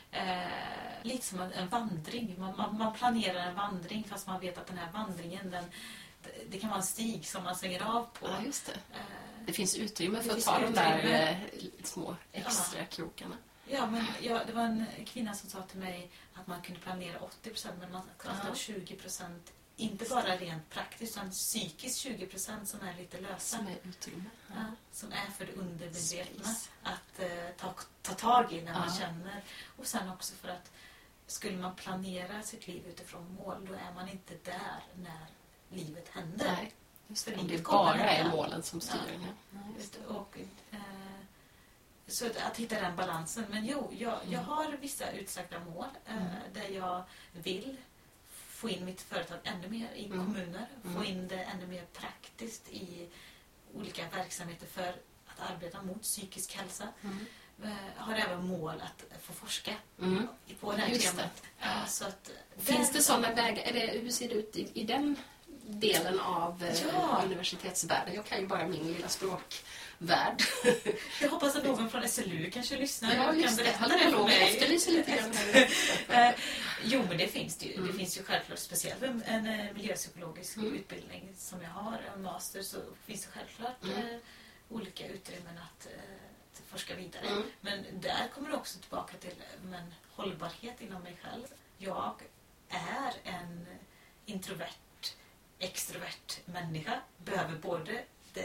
lite som en vandring. Man planerar en vandring fast man vet att den här vandringen, det kan vara en stig som man svänger av på. Ja, just det. Det finns utrymme för att ta de där små extra krokarna. Ja, men det var en kvinna som sa till mig att man kunde planera 80%, men man kan ha 20%. Inte bara rent praktiskt, utan psykiskt 20% som är lite lösa. Som är utrymme. Ja, som är för det undermedvetna. Att ta tag i när man känner. Och sen också för att skulle man planera sitt liv utifrån mål, då är man inte där när livet händer. Nej, just det. Om det bara är målen som styr. Så att hitta den balansen. Men jag har vissa utsagda mål där jag vill få in mitt företag ännu mer i kommuner. Få in det ännu mer praktiskt i olika verksamheter för att arbeta mot psykisk hälsa. Har även mål att få forska på det här temat. Så att finns det sådana vägar? Hur ser det ut i den delen av universitetsvärlden? Jag kan ju bara min lilla språkvärld. Jag hoppas att någon från SLU kanske lyssnar. Ja, just det. Hallå, jag efterlyser lite grann. Jo, men det finns det ju. Det finns ju självklart, speciellt en miljöpsykologisk utbildning som jag har, en master, så finns det självklart olika utrymmen att forska vidare. Men där kommer det också tillbaka till hållbarhet inom mig själv. Jag är en introvert, extrovert människa. Behöver både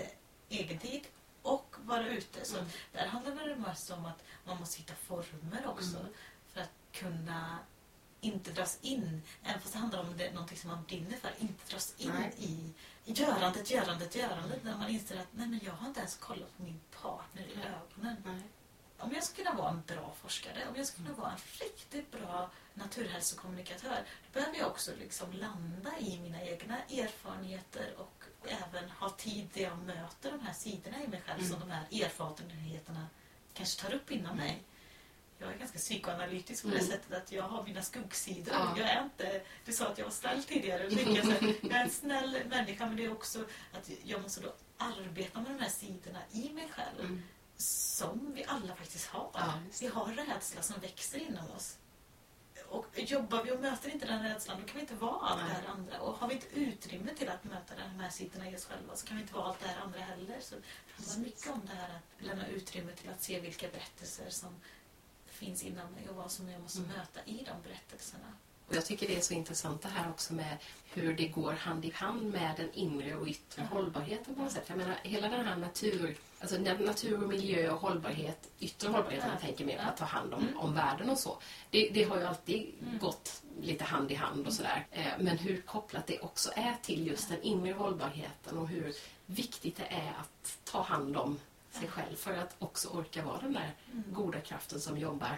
egen tid och vara ute. Så där handlar det mest om att man måste hitta former också för att kunna inte dras in, även fast det handlar om någonting som man brinner för, inte dras in i görandet när man inser att nej, men jag har inte ens kollat på min partner i ögonen. Om jag ska kunna vara en bra forskare, om jag ska kunna vara en riktigt bra naturhälsokommunikatör, då behöver jag också liksom landa i mina egna erfarenheter och även ha tid där jag möter de här sidorna i mig själv som de här erfarenheterna kanske tar upp inom mig. Jag är ganska psykoanalytisk på det sättet att jag har mina skuggsidor. Jag är inte, du sa att jag var snäll tidigare. Jag är en snäll människa, men det är också att jag måste då arbeta med de här sidorna i mig själv. Som vi alla faktiskt har. Vi har rädsla som växer inom oss. Och jobbar vi och möter inte den rädslan, då kan vi inte vara allt det här andra. Och har vi inte utrymme till att möta de här sidorna i oss själva, så kan vi inte vara allt det här andra heller. Så det handlar mycket om det här att lämna utrymme till att se vilka berättelser som finns inom mig och vad som jag måste möta i de berättelserna. Och jag tycker det är så intressant det här också med hur det går hand i hand med den inre och yttre hållbarheten på något sätt. Jag menar, hela den här natur och miljö och hållbarhet, yttre hållbarhet, jag tänker mer på att ta hand om världen och så. Det har ju alltid gått lite hand i hand och sådär. Men hur kopplat det också är till just den inre hållbarheten och hur viktigt det är att ta hand om sig själv för att också orka vara den där goda kraften som jobbar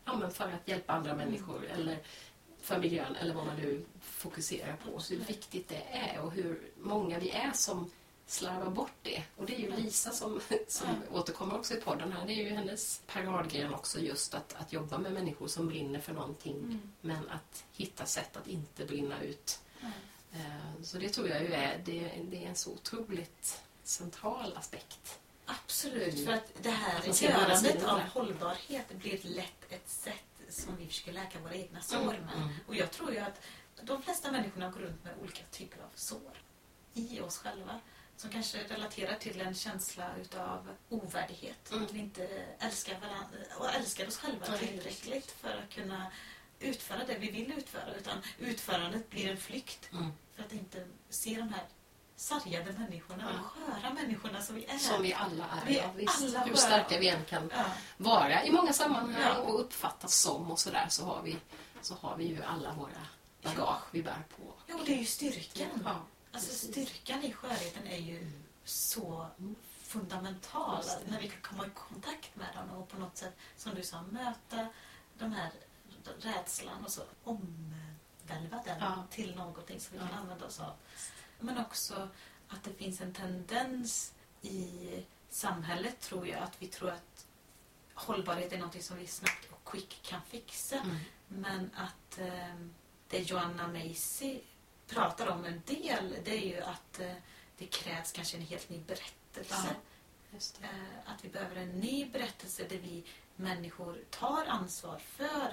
men för att hjälpa andra människor eller för miljön eller vad man nu fokuserar på. Så hur viktigt det är och hur många vi är som slarvar bort det. Och det är ju Lisa som återkommer också i podden här. Det är ju hennes paradgren också, just att jobba med människor som brinner för någonting. Men att hitta sätt att inte brinna ut. Så det tror jag ju det är en så otroligt central aspekt. Absolut, för att det här görandet av hållbarhet blir lätt ett sätt som vi försöker läka våra egna sår med. Och jag tror ju att de flesta människorna går runt med olika typer av sår i oss själva. Som kanske relaterar till en känsla utav ovärdighet. Att vi inte älskar varandra och älskar oss själva tillräckligt för att kunna utföra det vi vill utföra. Utan utförandet blir en flykt för att inte se de här sargade människorna och sköra människorna som vi är. Som vi alla är. Vi alla hur starka vi än kan vara i många sammanhang och uppfattas som och sådär, så har vi ju alla våra bagage vi bär på. Ja, och det är ju styrkan. Ja, alltså styrkan i skörheten är ju så fundamental. När vi kan komma i kontakt med dem och på något sätt, som du sa, möta de här rädslan och så omvälva den till någonting som vi kan använda oss av. Men också att det finns en tendens i samhället, tror jag, att vi tror att hållbarhet är något som vi snabbt och quick kan fixa. Men att det Joanna Macy pratar om en del, det är ju att det krävs kanske en helt ny berättelse. Just det. Att vi behöver en ny berättelse där vi människor tar ansvar för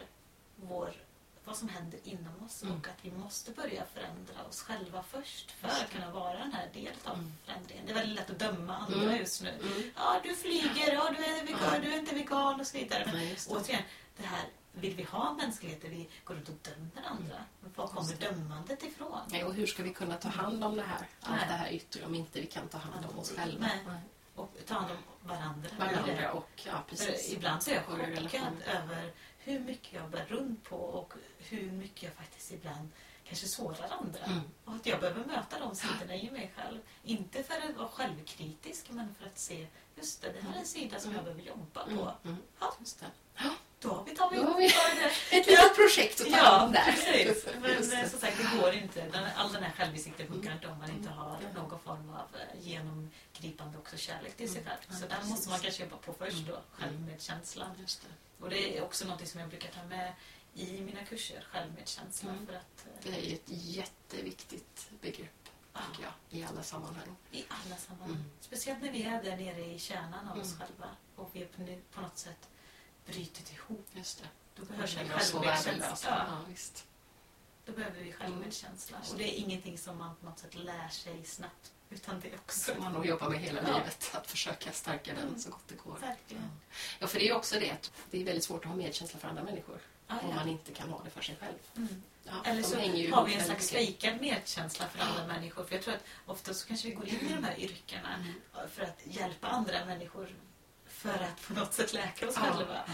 vad som händer inom oss och att vi måste börja förändra oss själva först för att kunna vara den här delen av förändringen. Det är väldigt lätt att döma andra just nu. Ja, du flyger, ja, du är inte vegan och så vidare. Men återigen, det här, vill vi ha mänsklighet där vi går ut och dömer andra? Var kommer dömandet ifrån? Nej, och hur ska vi kunna ta hand om det här? Allt det här yttre, om inte vi kan ta hand om oss själva. Nej. Och ta hand om varandra. Och, precis. För ibland så är jag chockad över hur mycket jag bär runt på och hur mycket jag faktiskt ibland kanske sårar andra. Och att jag behöver möta de sidorna i mig själv. Inte för att vara självkritisk, men för att se, just det här är en sida som jag behöver jobba på. Ja, just det. Då har vi ett litet projekt att ta hand om där. Precis. Men som sagt, det går inte. All den här självinsikten funkar inte om man inte har någon form av genomgripande också kärlek till sig själv. Så där måste man kanske jobba på först då, självmedkänslan. Just det. Och det är också något som jag brukar ta med i mina kurser, självmedkänsla. För att, det är ju ett jätteviktigt begrepp, tycker jag, i alla sammanhang. I alla sammanhang. Speciellt när vi är där nere i kärnan av oss själva och vi på något sätt bryter ihop. Just det. Då behöver vi självmedkänsla. Visst. Då behöver vi självmedkänsla. Och det är ingenting som man på något sätt lär sig snabbt. Utan det är också... Man nog jobbar med hela livet. Att försöka stärka den så gott det går. Verkligen. Ja, för det är också det att det är väldigt svårt att ha medkänsla för andra människor. Om man inte kan ha det för sig själv. Eller så har vi en slags fejkad medkänsla för andra människor. För jag tror att ofta så kanske vi går in i de här yrkena för att hjälpa andra människor för att på något sätt läka oss själva.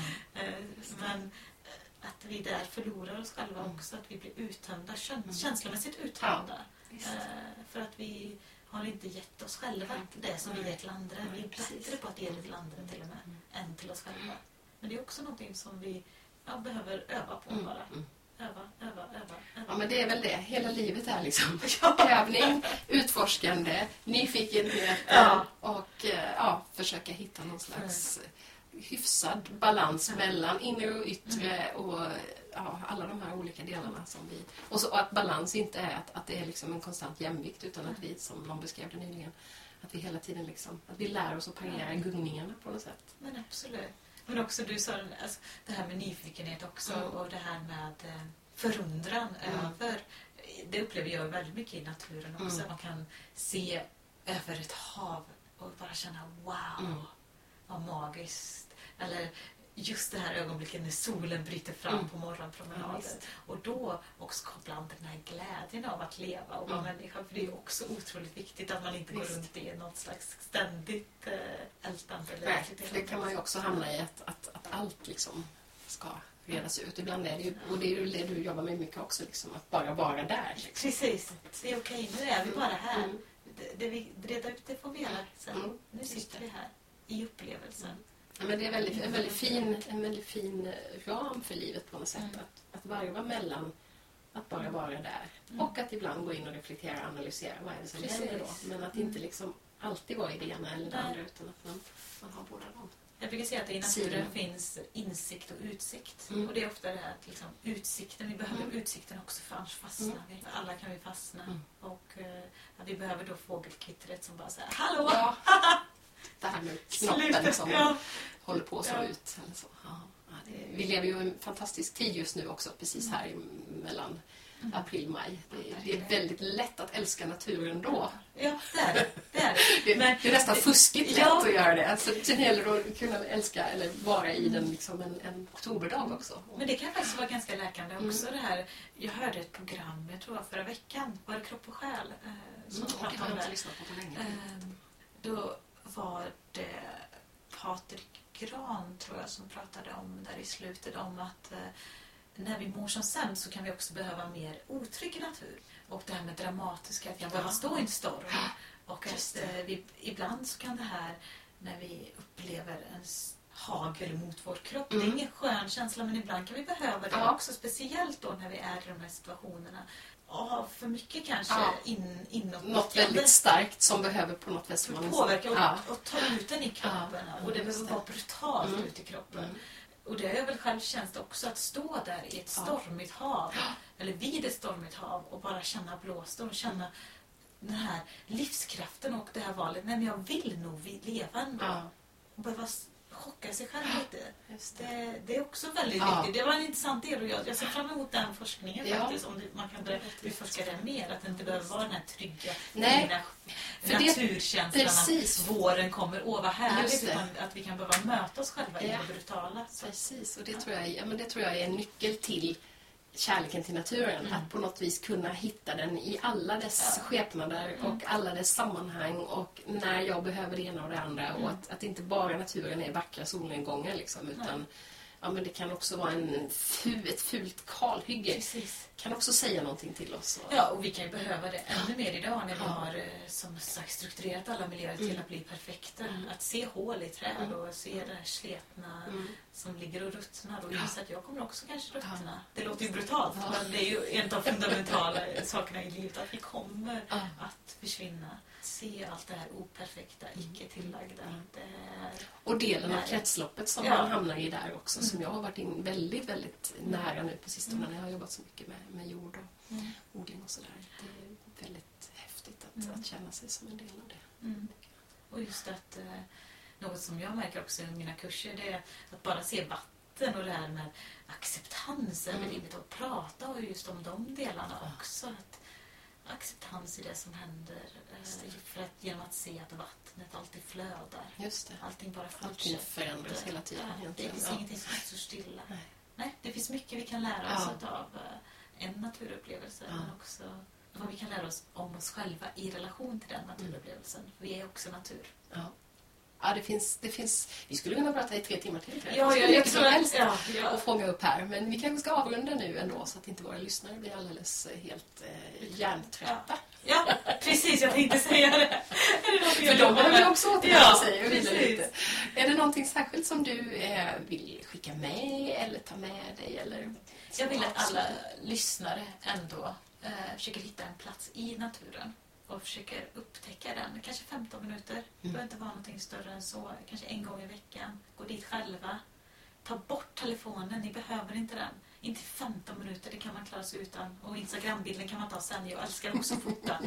Men att vi där förlorar oss själva också. Att vi blir uttömda, känslomässigt uttömda. För att vi har inte gett oss själva det som vi ger till andra. Vi är bättre på att ge det till andra till och med än till oss själva. Men det är också någonting som vi behöver öva på bara. Öva. Ja, men det är väl det. Hela livet är liksom övning, utforskande, nyfikenhet och försöka hitta någon slags hyfsad balans mellan inre och yttre och alla de här olika delarna som vi... Och så att balans inte är att det är liksom en konstant jämvikt, utan att vi, som någon beskrev det nyligen, att vi hela tiden liksom, att vi lär oss att parera gungningarna på något sätt. Men absolut. Men också du sa det här med nyfikenhet också och det här med förundran över, det upplever jag väldigt mycket i naturen också. Man kan se över ett hav och bara känna wow, vad magiskt. Eller just det här ögonblicket när solen bryter fram på morgonpromenaden. Och då också koppla an den här glädjen av att leva och vara människa. För det är också otroligt viktigt att man inte går runt i något slags ständigt ältande. Nej, för det kan man ju också hamna i att allt liksom ska redas ut. Ibland är det ju, och det är ju det du jobbar med mycket också, liksom, att bara vara där. Liksom. Precis, det är okej, nu är vi bara här. Det vi reda ut det får vi göra sen. Nu sitter vi här i upplevelsen. Men det är en väldigt fin ram för livet på något sätt. Att varva mellan att bara vara där och att ibland gå in och reflektera och analysera vad är det som händer då. Men att inte liksom alltid vara i det ena eller det andra utan att man har båda dem. Jag brukar säga att i naturen finns insikt och utsikt. Och det är ofta det här att liksom, utsikten, vi behöver utsikten också för annars fastnar vi. För alla kan vi fastna. Och vi behöver då fågelkvittret som bara säger hallå! Ja. Det här med knoppen som håller på att slå ut. Eller så. Vi lever ju en fantastisk tid just nu också, precis här mellan april och maj. Det är väldigt lätt att älska naturen då. Ja, det är det. Det är nästan fuskigt lätt att göra det. Alltså, det gäller att kunna älska eller vara i den liksom en oktoberdag också. Men det kan faktiskt vara ganska läkande också det här. Jag hörde ett program, jag tror förra veckan, var det Kropp och själ? Det har jag inte lyssnat på länge. Då var det Patrik Gran, tror jag, som pratade om där i slutet om att när vi mår som sämst så kan vi också behöva mer otrygg natur. Och det här med dramatiska, att vi behöver stå i en storm. Och att ibland så kan det här, när vi upplever en hagel mot vår kropp, det är ingen skön känsla, men ibland kan vi behöva det också, speciellt då när vi är i de här situationerna. För mycket kanske inåt. Något väldigt starkt som behöver på något sätt påverka och ta ut den i kroppen. Och det behöver vara brutalt ut i kroppen. Och det har jag väl själv känt också, att stå där i ett stormigt hav, eller vid ett stormigt hav, och bara känna blåsten och känna den här livskraften och det här valet. Nej, men jag vill nog leva ändå. Och behöva chocka sig själv lite. Det är också väldigt viktigt. Det var en intressant del och jag ser fram emot den forskningen faktiskt, om man kan utforska det mer, att det inte behöver vara den här trygga naturkänslan att våren kommer vad härligt, utan att vi kan behöva möta oss själva i det brutala. Precis, och det tror jag är en nyckel till kärleken till naturen, att på något vis kunna hitta den i alla dess skepnader och alla dess sammanhang, och när jag behöver det ena och det andra, och att inte bara naturen är vackra solnedgångar liksom, utan men det kan också vara ett fult kalhygge. Precis. Kan också säga någonting till oss. Ja, och vi kan ju behöva det ännu mer idag när vi har som sagt strukturerat alla miljöer till att bli perfekta. Att se hål i träd och se det här sletna som ligger och ruttnar. Och just att jag kommer också kanske ruttna. Det låter ju brutalt, men det är ju en av fundamentala sakerna i livet, att vi kommer att försvinna. Se allt det här operfekta, icke tillagda. Och delen av kretsloppet som man hamnar i där också, som jag har varit in väldigt, väldigt nära nu på sistone när jag har jobbat så mycket med jord och odling och sådär. Det är väldigt häftigt att känna sig som en del av det. Och just att något som jag märker också i mina kurser, det är att bara se vatten och det här med acceptans över livet och prata just om de delarna också. Att acceptans i det som händer, för att genom att se att vattnet alltid flödar. Just det. Allting bara fortsätter. Allting förändras hela tiden. Det finns ingenting som står stilla. Nej, det finns mycket vi kan lära oss av en naturupplevelse, men också vad vi kan lära oss om oss själva i relation till den naturupplevelsen. Vi är också natur. Ja, det finns. Vi skulle kunna prata i 3 timmar till. Jag tror helst och fånga upp här. Men vi kanske ska avrunda nu ändå, så att inte våra lyssnare blir alldeles helt hjärntrötta. Ja, precis. Jag tänkte säga det. För de behöver ju också återhämta sig. Är det någonting särskilt som du vill skicka med eller ta med dig? Eller jag vill att alla lyssnare ändå försöker hitta en plats i naturen. Och försöker upptäcka den. Kanske 15 minuter. Det behöver inte vara någonting större än så. Kanske en gång i veckan. Gå dit själva. Ta bort telefonen. Ni behöver inte den. Inte 15 minuter. Det kan man klara sig utan. Och Instagram-bilden kan man ta sen. Jag älskar också att fota.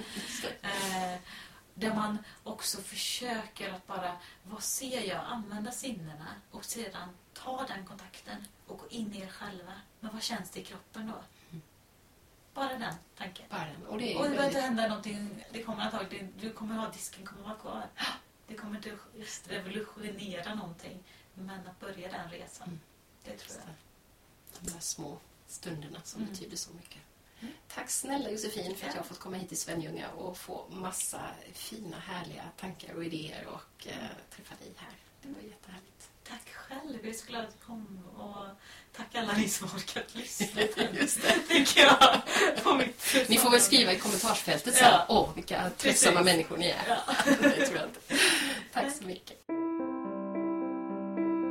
Där man också försöker att bara, vad ser jag? Använda sinnena. Och sedan ta den kontakten. Och gå in i er själva. Men vad känns det i kroppen då? Bara den tanken. Och det behöver inte hända någonting. Det kommer antagligen, du kommer ha disken kommer vara kvar. Det kommer inte revolutionera någonting. Men att börja den resan. Det tror jag. De där små stunderna som betyder så mycket. Tack snälla Josefin för att jag har fått komma hit till Svenljunga och få massa fina, härliga tankar och idéer och träffa dig här. Det var jättehärligt. Tack själv. Jag är så glad att du kom. Och tack alla ni som har orkat lyssna. Just det. Tycker jag. Ni får väl skriva i kommentarsfältet sen. Vilka tröttsamma människor ni är. Det tror jag inte. Tack så mycket.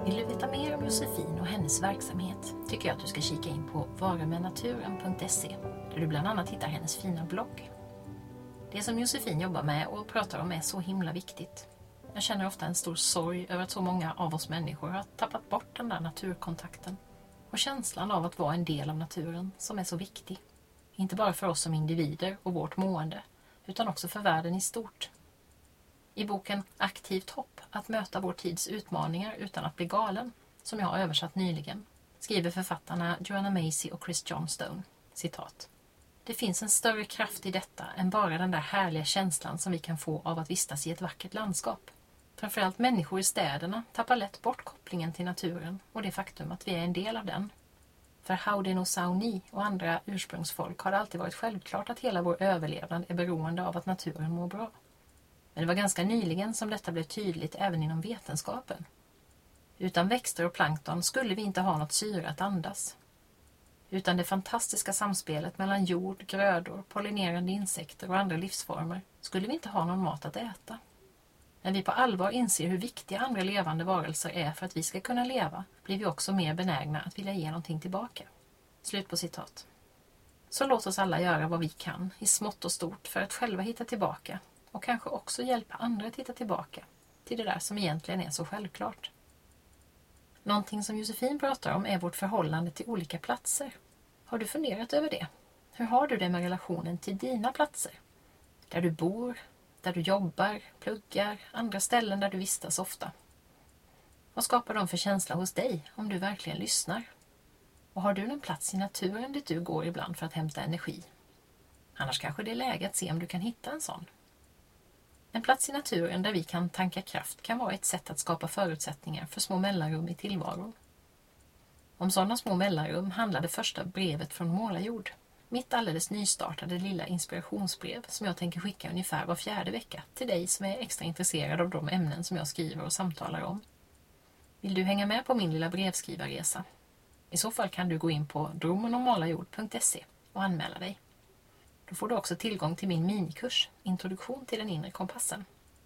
Vill du veta mer om Josefin och hennes verksamhet tycker jag att du ska kika in på varemednaturen.se där du bland annat hittar hennes fina blogg. Det som Josefin jobbar med och pratar om är så himla viktigt. Jag känner ofta en stor sorg över att så många av oss människor har tappat bort den där naturkontakten och känslan av att vara en del av naturen som är så viktig. Inte bara för oss som individer och vårt mående utan också för världen i stort. I boken Aktivt hopp, att möta vår tids utmaningar utan att bli galen, som jag har översatt nyligen, skriver författarna Joanna Macy och Chris Johnstone, citat. Det finns en större kraft i detta än bara den där härliga känslan som vi kan få av att vistas i ett vackert landskap. Framförallt människor i städerna tappar lätt bort kopplingen till naturen och det faktum att vi är en del av den. För Haudenosaunee och andra ursprungsfolk har det alltid varit självklart att hela vår överlevnad är beroende av att naturen mår bra. Men det var ganska nyligen som detta blev tydligt även inom vetenskapen. Utan växter och plankton skulle vi inte ha något syre att andas. Utan det fantastiska samspelet mellan jord, grödor, pollinerande insekter och andra livsformer skulle vi inte ha någon mat att äta. När vi på allvar inser hur viktiga andra levande varelser är för att vi ska kunna leva blir vi också mer benägna att vilja ge någonting tillbaka. Slut på citat. Så låt oss alla göra vad vi kan i smått och stort för att själva hitta tillbaka och kanske också hjälpa andra att hitta tillbaka till det där som egentligen är så självklart. Någonting som Josefin pratar om är vårt förhållande till olika platser. Har du funderat över det? Hur har du det med relationen till dina platser? Där du bor, där du jobbar, pluggar, andra ställen där du vistas ofta. Vad skapar de för känsla hos dig om du verkligen lyssnar? Och har du någon plats i naturen dit du går ibland för att hämta energi? Annars kanske det är läge att se om du kan hitta en sån. En plats i naturen där vi kan tanka kraft kan vara ett sätt att skapa förutsättningar för små mellanrum i tillvaron. Om sådana små mellanrum handlar det första brevet från Målarjord. Mitt alldeles nystartade lilla inspirationsbrev som jag tänker skicka ungefär var 4:e vecka till dig som är extra intresserad av de ämnen som jag skriver och samtalar om. Vill du hänga med på min lilla brevskrivarresa? I så fall kan du gå in på dromenomålarjord.se och anmäla dig. Då får du också tillgång till min minikurs, Introduktion till den inre kompassen.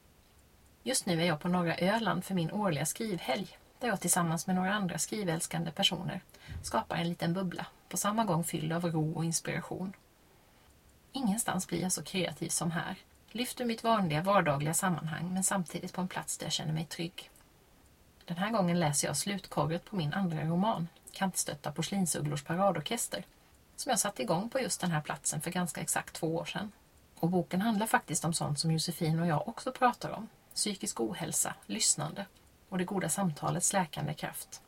Just nu är jag på norra Öland för min årliga skrivhelg, där jag tillsammans med några andra skrivälskande personer skapar en liten bubbla, på samma gång fylld av ro och inspiration. Ingenstans blir jag så kreativ som här, lyfter mitt vanliga vardagliga sammanhang men samtidigt på en plats där jag känner mig trygg. Den här gången läser jag slutkorret på min andra roman, Kantstötta porslinsugglors paradorkester, som jag satte igång på just den här platsen för ganska exakt 2 år sedan. Och boken handlar faktiskt om sånt som Josefin och jag också pratar om. Psykisk ohälsa, lyssnande och det goda samtalets läkande kraft.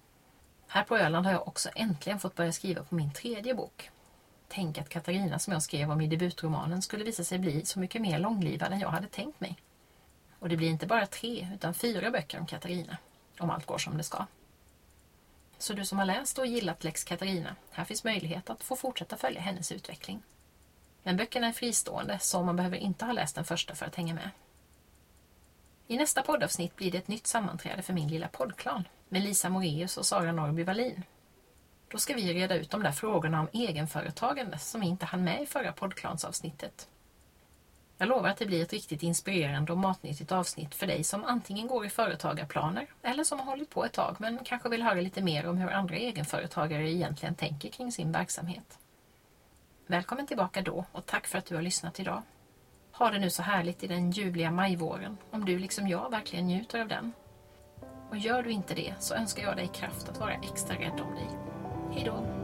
Här på Öland har jag också äntligen fått börja skriva på min 3:e bok. Tänk att Katarina som jag skrev om i debutromanen skulle visa sig bli så mycket mer långlivad än jag hade tänkt mig. Och det blir inte bara 3 utan 4 böcker om Katarina, om allt går som det ska. Så du som har läst och gillat Lex Katarina, här finns möjlighet att få fortsätta följa hennes utveckling. Men böckerna är fristående så man behöver inte ha läst den första för att hänga med. I nästa poddavsnitt blir det ett nytt sammanträde för min lilla poddklan med Lisa Moreus och Sara Norby Wallin. Då ska vi reda ut de där frågorna om egenföretagande som inte hann med i förra poddklansavsnittet. Jag lovar att det blir ett riktigt inspirerande och matnyttigt avsnitt för dig som antingen går i företagarplaner eller som har hållit på ett tag men kanske vill höra lite mer om hur andra egenföretagare egentligen tänker kring sin verksamhet. Välkommen tillbaka då och tack för att du har lyssnat idag. Ha det nu så härligt i den ljuvliga majvåren om du liksom jag verkligen njuter av den. Och gör du inte det så önskar jag dig kraft att vara extra rädd om dig. Hej då!